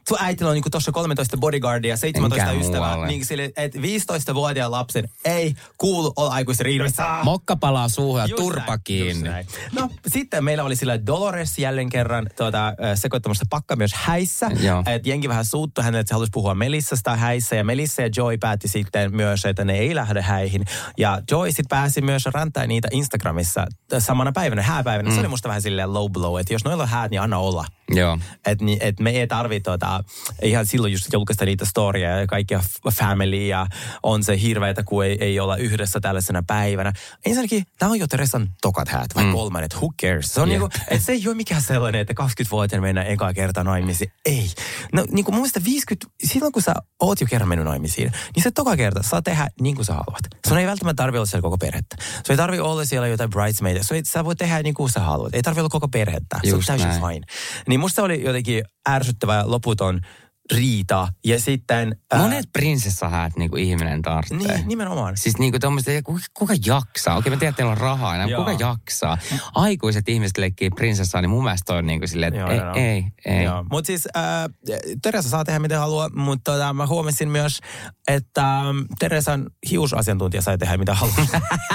sun äitillä on niinku tossa kolmetoista bodyguardia, seitsemäntoista
Enkään
ystävää.
muualle.
Niin sille, että viisitoistavuotiaan lapsen ei kuulu olla aikuisen riidoissa.
Mokka palaa suuhun ja
Just
turpa
näin,
kiinni.
just näin. No sitten meillä oli sillä Dolores jälleen kerran tuota, sekoittamassa pakka myös häissä. Että jengi vähän suuttui hänelle, että se halusi puhua Melissasta häissä. Ja Melissa ja Joy päätti sitten myös, että ne ei lähde häihin. Ja Joy sitten pääsi myös räntämään niitä Instagramissa samana päivänä, hääpäivänä. Mm. Se oli musta vähän silleen low blow, että jos noilla on häät, niin anna olla.
Joo.
Että et me ei tarvitse tota, ihan silloin just julkaista niitä storieja ja kaikkia family ja on se hirveätä, kun ei, ei olla yhdessä tällaisena päivänä. Ensinnäkin, tämä on jo Teresan tokat häät, vai mm. kolmannet, who cares? Se on yeah. niinku, että se ei ole mikään sellainen, että kaksikymmentävuotiaana mennään ekaa kertaa naimisiin. Ei. No niinku mun mielestä viisikymmentä, silloin kun sä oot jo kerran mennyt naimisiin, niin se toka kerta saa tehdä niin kuin sä haluat. Sun ei välttämättä tarvitse olla siellä koko perhettä. Sun ei tarvitse olla siellä jotain bridesmaidia. Sä voit tehdä niin kuin sä haluat. Ei tarvitse olla koko perhettä. Se on täysin fine. Niin musta se oli jotenkin ärsyttävä ja loputon riita. Ja sitten...
Monet prinsessahäät niinku ihminen tarvitsee.
Niin, nimenomaan.
Siis niinku tommoista, kuka, kuka jaksaa? Okei, mä tiedän, että teillä on rahaa enää. Kuka jaksaa? Aikuiset ihmiset leikkii prinsessaa, niin mun mielestä on niinku silleen, että ei, no. ei, ei.
Mutta siis äh, Teresa saa tehdä miten haluaa, mutta tota, mä huomasin myös, että äh, Teresan hiusasiantuntija sai tehdä mitä haluaa.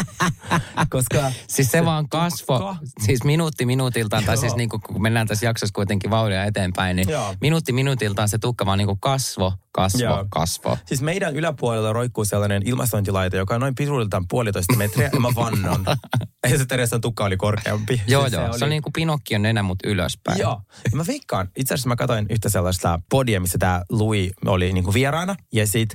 Koska...
Siis se, se vaan kasvo, tukka. Siis minuutti minuutiltaan, tai siis niinku, kun mennään tässä jaksossa kuitenkin vauhdia eteenpäin, niin Joo. minuutti minuutiltaan se tukka vaan niinku kasvo, kasvo, Joo. kasvo.
Siis meidän yläpuolella roikkuu sellainen ilmastointilaite, joka on noin pituudeltaan puolitoista metriä, ja mä vannon. Ja se Teresan tukka oli korkeampi.
Joo,
siis
joo. Se, oli... se on niin kuin Pinokkion nenä, mutta ylöspäin.
Joo. Ja mä veikkaan, itse asiassa mä katsoin yhtä sellaista podia, missä tää Louis oli niin kuin vieraana. Ja sit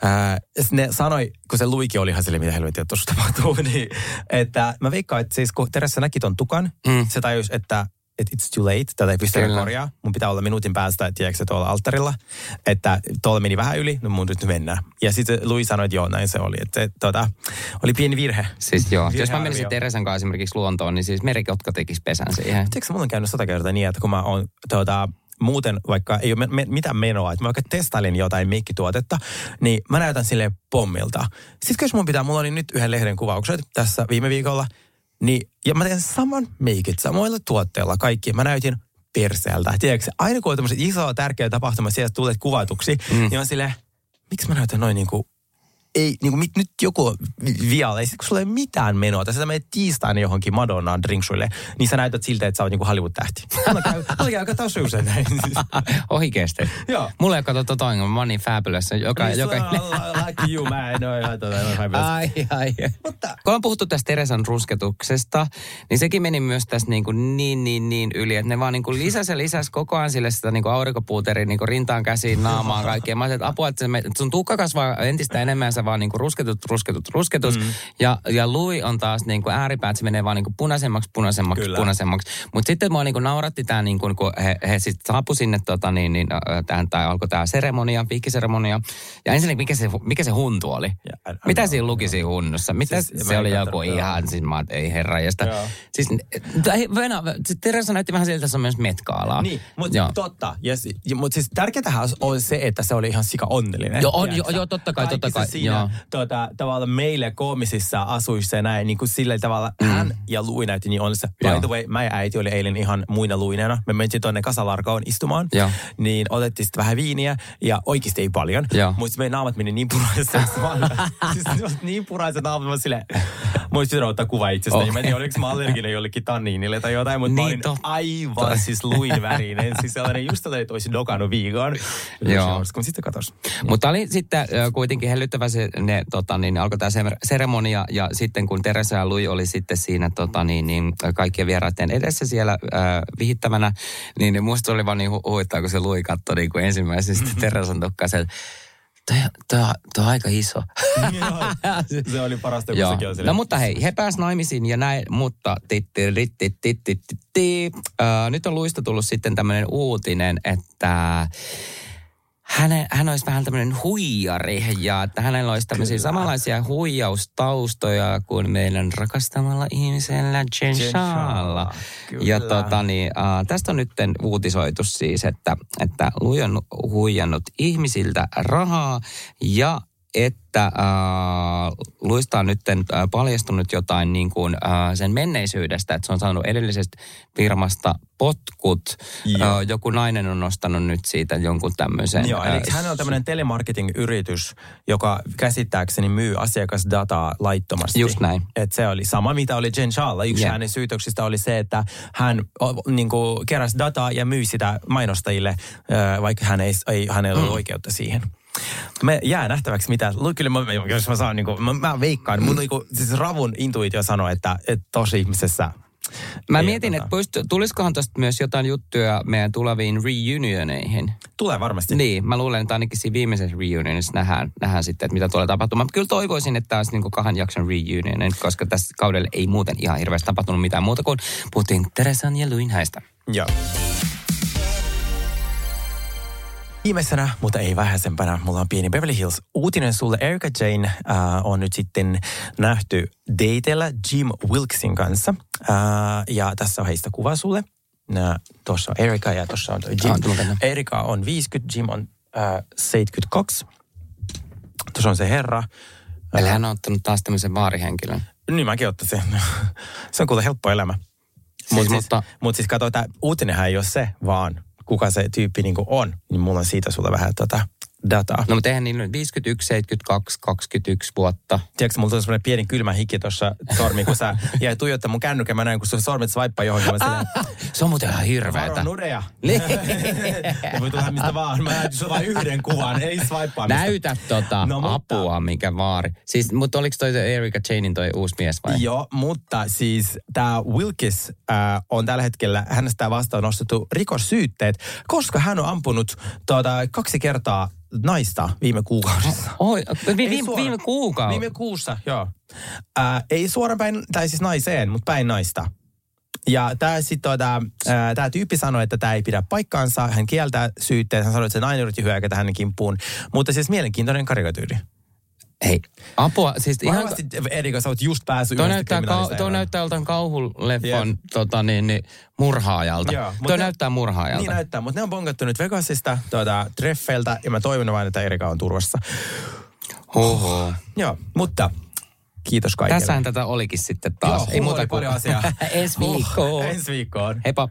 äh, ne sanoi, kun se Louiskin oli ihan silleen, mitä helvettiä tuossa tapahtuu, niin että mä veikkaan, että siis kun Teresa näki ton tukan, mm. se tajusi, että että it's too late, tätä ei pysty korjaa. Mun pitää olla minuutin päästä, tiedätkö, tuolla alttarilla. Että tuolla meni vähän yli, no mun nyt mennään. Ja sitten Louis sanoi, että joo, näin se oli. Että se tota, oli pieni virhe.
Siis joo, virhe jos mä menisin Teresan kanssa esimerkiksi luontoon, niin siis merikotka tekisi pesän siihen.
Tiedätkö, mulla on käynyt sata kertaa niin, että kun mä oon tuota, muuten, vaikka ei ole me, me, mitään menoa, että mä vaikka testailin jotain meikkituotetta, niin mä näytän silleen pommilta. Sitten jos mun pitää, mulla oli nyt yhden lehden kuvaukset tässä viime viikolla, niin, ja mä teen saman meikit samoilla tuotteilla kaikki. Mä näytin perseeltä. Tiedätkö, aina kun on tämmöiset isoa tärkeä tapahtuma, sieltä tulee kuvatuksi, mm. niin on silleen, miksi mä näytän noin niinku, ei, niinku mit, nyt joku vialla, ei sit kun sulla ei ole mitään menoa, tai sä menet tiistaina johonkin Madonnaan drinksuille, niin sä näytät siltä, että sä oot niinku Hollywood-tähti. Mulla käy, mulla käy katsoa usein näin.
Ohikeesti. Joo. Mulla ei kato tota ongelma, mä oon niin fabulous. Joka, niin joka...
Like you, mä en oo ihan tota,
ai, ai. Mutta kun on puhuttu tästä Teresan rusketuksesta, niin sekin meni myös tässä niin, kuin niin, niin, niin yli, että ne vaan niin kuin lisäsi ja lisäsi koko ajan sille sitä niin kuin aurinkopuuteria niin kuin rintaan, käsiin, naamaan, kaikkea. Mä ajattelin, että apua, että sun tukka kasvaa entistä enemmän, sä vaan niin kuin rusketut, rusketut, rusketus. Mm. Ja, ja Louis on taas niin kuin ääripäät, se menee vaan niin kuin punaisemmaksi, punaisemmaksi, Kyllä. punaisemmaksi. Mutta sitten mua niin kuin nauratti tämä, niin kuin, kun he, he sitten saapu sinne, tota, niin, niin, tähän, tai alkoi tämä seremonia, vihkiseremonia. Ja ensinnäkin, mikä se, mikä se huntu oli? Ja, Mitä siinä luki siinä hunnussa? Mitä siis, se oli joku ihan, siis mä ei herranjasta. Siis Venä, Teresa näytti vähän siltä, että se on myös metkaalaa.
Niin, mutta totta. Yes, mutta siis tärkeintähän on se, että se oli ihan sika onnellinen.
Joo, on, jo, jo, totta kai, totta kai.
Siinä tuota, tavallaan meille koomisissa asuissa ja näin, niin kuin sillä tavalla mm. hän ja Louis näytti niin onnellista. By the way, mä ja äiti oli eilen ihan muina Louisena. Me mentiin tuonne Kasalarkoon istumaan, Joo. niin otettiin sitten vähän viiniä ja oikeasti ei paljon. Mutta meidän naamat meni niin puraiset. siis niin puraiset naamat, mä silleen, mä olisi pitänyt ottaa kuva itsestäni. Okay. Mä en tiedä, oliko mä allerginen jollekin tanniinille tai jotain, mutta niin, mä olin aivan siis Louisin värinen. Siis sellainen just tällainen, että olisi dokannut viikon. Joo. Kun sitten katos.
Mutta oli sitten kuitenkin hellyttävä se, ne, tota, niin, alkoi tämä seremonia ja sitten kun Teresa ja Louis oli sitten siinä tota, niin, niin, kaikkien vieraiden edessä siellä äh, vihittävänä, niin, niin musta oli vaan niin hu- huittaa, kun se Louis katsoi niin kuin ensimmäisestä Teresan tukkaisen. Toi on aika iso.
Se oli parasta, kun sekin on silleen.
No mutta hei, he pääsivät naimisiin ja näin, mutta nyt on Louisista tullut sitten tämmöinen uutinen, että hän, hän olisi vähän tämmöinen huijari ja että hänellä olisi tämmöisiä Kyllä. samanlaisia huijaustaustoja kuin meidän rakastamalla ihmisellä Jenshalla. Ja tota niin, äh, tästä on nyt uutisoitu siis, että, että Louis on huijannut ihmisiltä rahaa ja että äh, Luista on nyt äh, paljastunut jotain niin kuin, äh, sen menneisyydestä, että se on saanut edellisestä firmasta potkut. Äh, joku nainen on nostanut nyt siitä jonkun tämmöisen.
Joo, eli äh, hän on tämmöinen telemarketing-yritys, joka käsittääkseni myy asiakasdataa laittomasti.
Just näin.
Et se oli sama, mitä oli Jen Shahlla. Yksi yeah. hänen syytöksistä oli se, että hän niin kuin, keräsi dataa ja myi sitä mainostajille, äh, vaikka hän ei, ei, hänellä ollut mm. oikeutta siihen. Me jää nähtäväksi mitä. Kyllä mä, jos mä saan, niin kuin, mä, mä veikkaan. Mun niin kuin, siis ravun intuitio sanoo, että, että tossa ihmisessä...
Mä mietin, tota... että poistu, tulisikohan tosta myös jotain juttuja meidän tuleviin reunioneihin.
Tulee varmasti.
Niin, mä luulen, että ainakin siinä viimeisessä reunionissa nähdään, nähdään sitten, että mitä tulee tapahtumaan. Mä kyllä toivoisin, että tämä olisi niin kuin kahden jakson reunion, koska tässä kaudella ei muuten ihan hirveästi tapahtunut mitään muuta kuin puhuttiin Teresan ja Louin häistä.
Joo. Viimeisenä, mutta ei vähäisempänä, mulla on pieni Beverly Hills uutinen sulle. Erika Jayne äh, on nyt sitten nähty dateilla Jim Wilksin kanssa. Äh, ja tässä on heistä kuva sulle. Tuossa on Erika ja tuossa on toi Jim. Ah, Erika on viisikymmentä, Jim on äh, seitsemänkymmentäkaksi. Tuossa on se herra.
Eli hän on ottanut taas tämmöisen vaarihenkilön.
Niin mäkin ottaisin. Se on kuule helppo elämä. Siis, Mutta siis, mutta... mut siis kato, tämä uutinenhän ei ole se, vaan... kuka se tyyppi niin kuin on, niin mulla on siitä sulle vähän tota dataa.
No mutta eihän niillä nyt viisikymmentäyksi, seitsemänkymmentäkaksi, kaksikymmentäyksi vuotta.
Tiedätkö, mulla tuli semmoinen pieni kylmä hiki tuossa sormi, kun sä jäi tuijottaa mun kännykän, mä näin, kun sun sormet swaippaa johonkin. Silleen,
se on muuten ihan hirveetä.
Varo nudeja. Ja voi tulla mistä vaan. Mä näytin sulla vain yhden kuvan, ei swaippaa mistä.
Näytä tota no, mutta... apua, mikä vaari. Siis, mutta oliko toi Erika Jaynein toi uusi mies vai?
Joo, mutta siis tää Wilkis äh, on tällä hetkellä, hänestä vastaan nostettu rikossyytteet, koska hän on ampunut tuota, kaksi kertaa naista viime kuukaudessa.
Oi, vi, vi, viime kuukaudessa?
Viime kuussa, joo. Äh, ei suoraan päin, tai siis naiseen, mutta päin naista. Ja tämä tota, äh, tyyppi sanoi, että tämä ei pidä paikkaansa. Hän kieltää syytteet. Hän sanoi, että se nainen yritti hyökätä hänen kimppuun. Mutta siis mielenkiintoinen karikatyyri.
Hei, apua. Siis
varmasti, ihan... Erika, sä oot just päässyt
yhdestä kriminaalista. Tuo näyttää joltain kauhuleffon yep. tota, niin, niin, murhaajalta. Joo, tuo ne, näyttää murhaajalta.
Niin näyttää, mutta ne on bongattu nyt Vegasista tuota, treffeiltä, ja mä toivon vain, että Erika on turvassa.
Oho.
Joo, mutta kiitos kaikille.
Tässähän tätä olikin sitten taas.
Joo,
ei muuta kuin
paljon asiaa.
ensi viikkoon.
Oh, ensi viikkoon.
Heippa.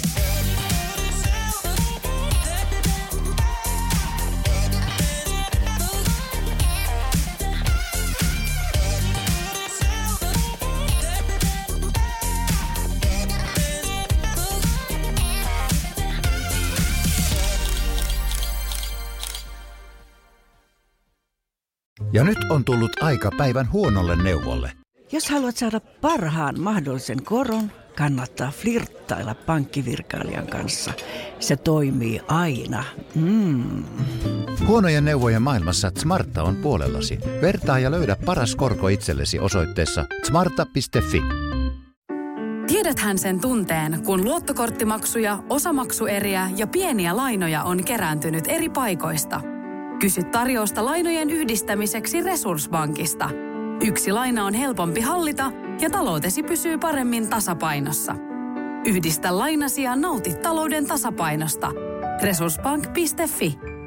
Ja nyt on tullut aika päivän huonolle neuvolle.
Jos haluat saada parhaan mahdollisen koron, kannattaa flirttailla pankkivirkailijan kanssa. Se toimii aina. Mm.
Huonojen neuvojen maailmassa Smarta on puolellasi. Vertaa ja löydä paras korko itsellesi osoitteessa smarta piste fi.
Tiedäthän sen tunteen, kun luottokorttimaksuja, osamaksueriä ja pieniä lainoja on kerääntynyt eri paikoista. Kysy tarjousta lainojen yhdistämiseksi Resurssbankista. Yksi laina on helpompi hallita ja taloutesi pysyy paremmin tasapainossa. Yhdistä lainasi ja nauti talouden tasapainosta. resurssbank piste fi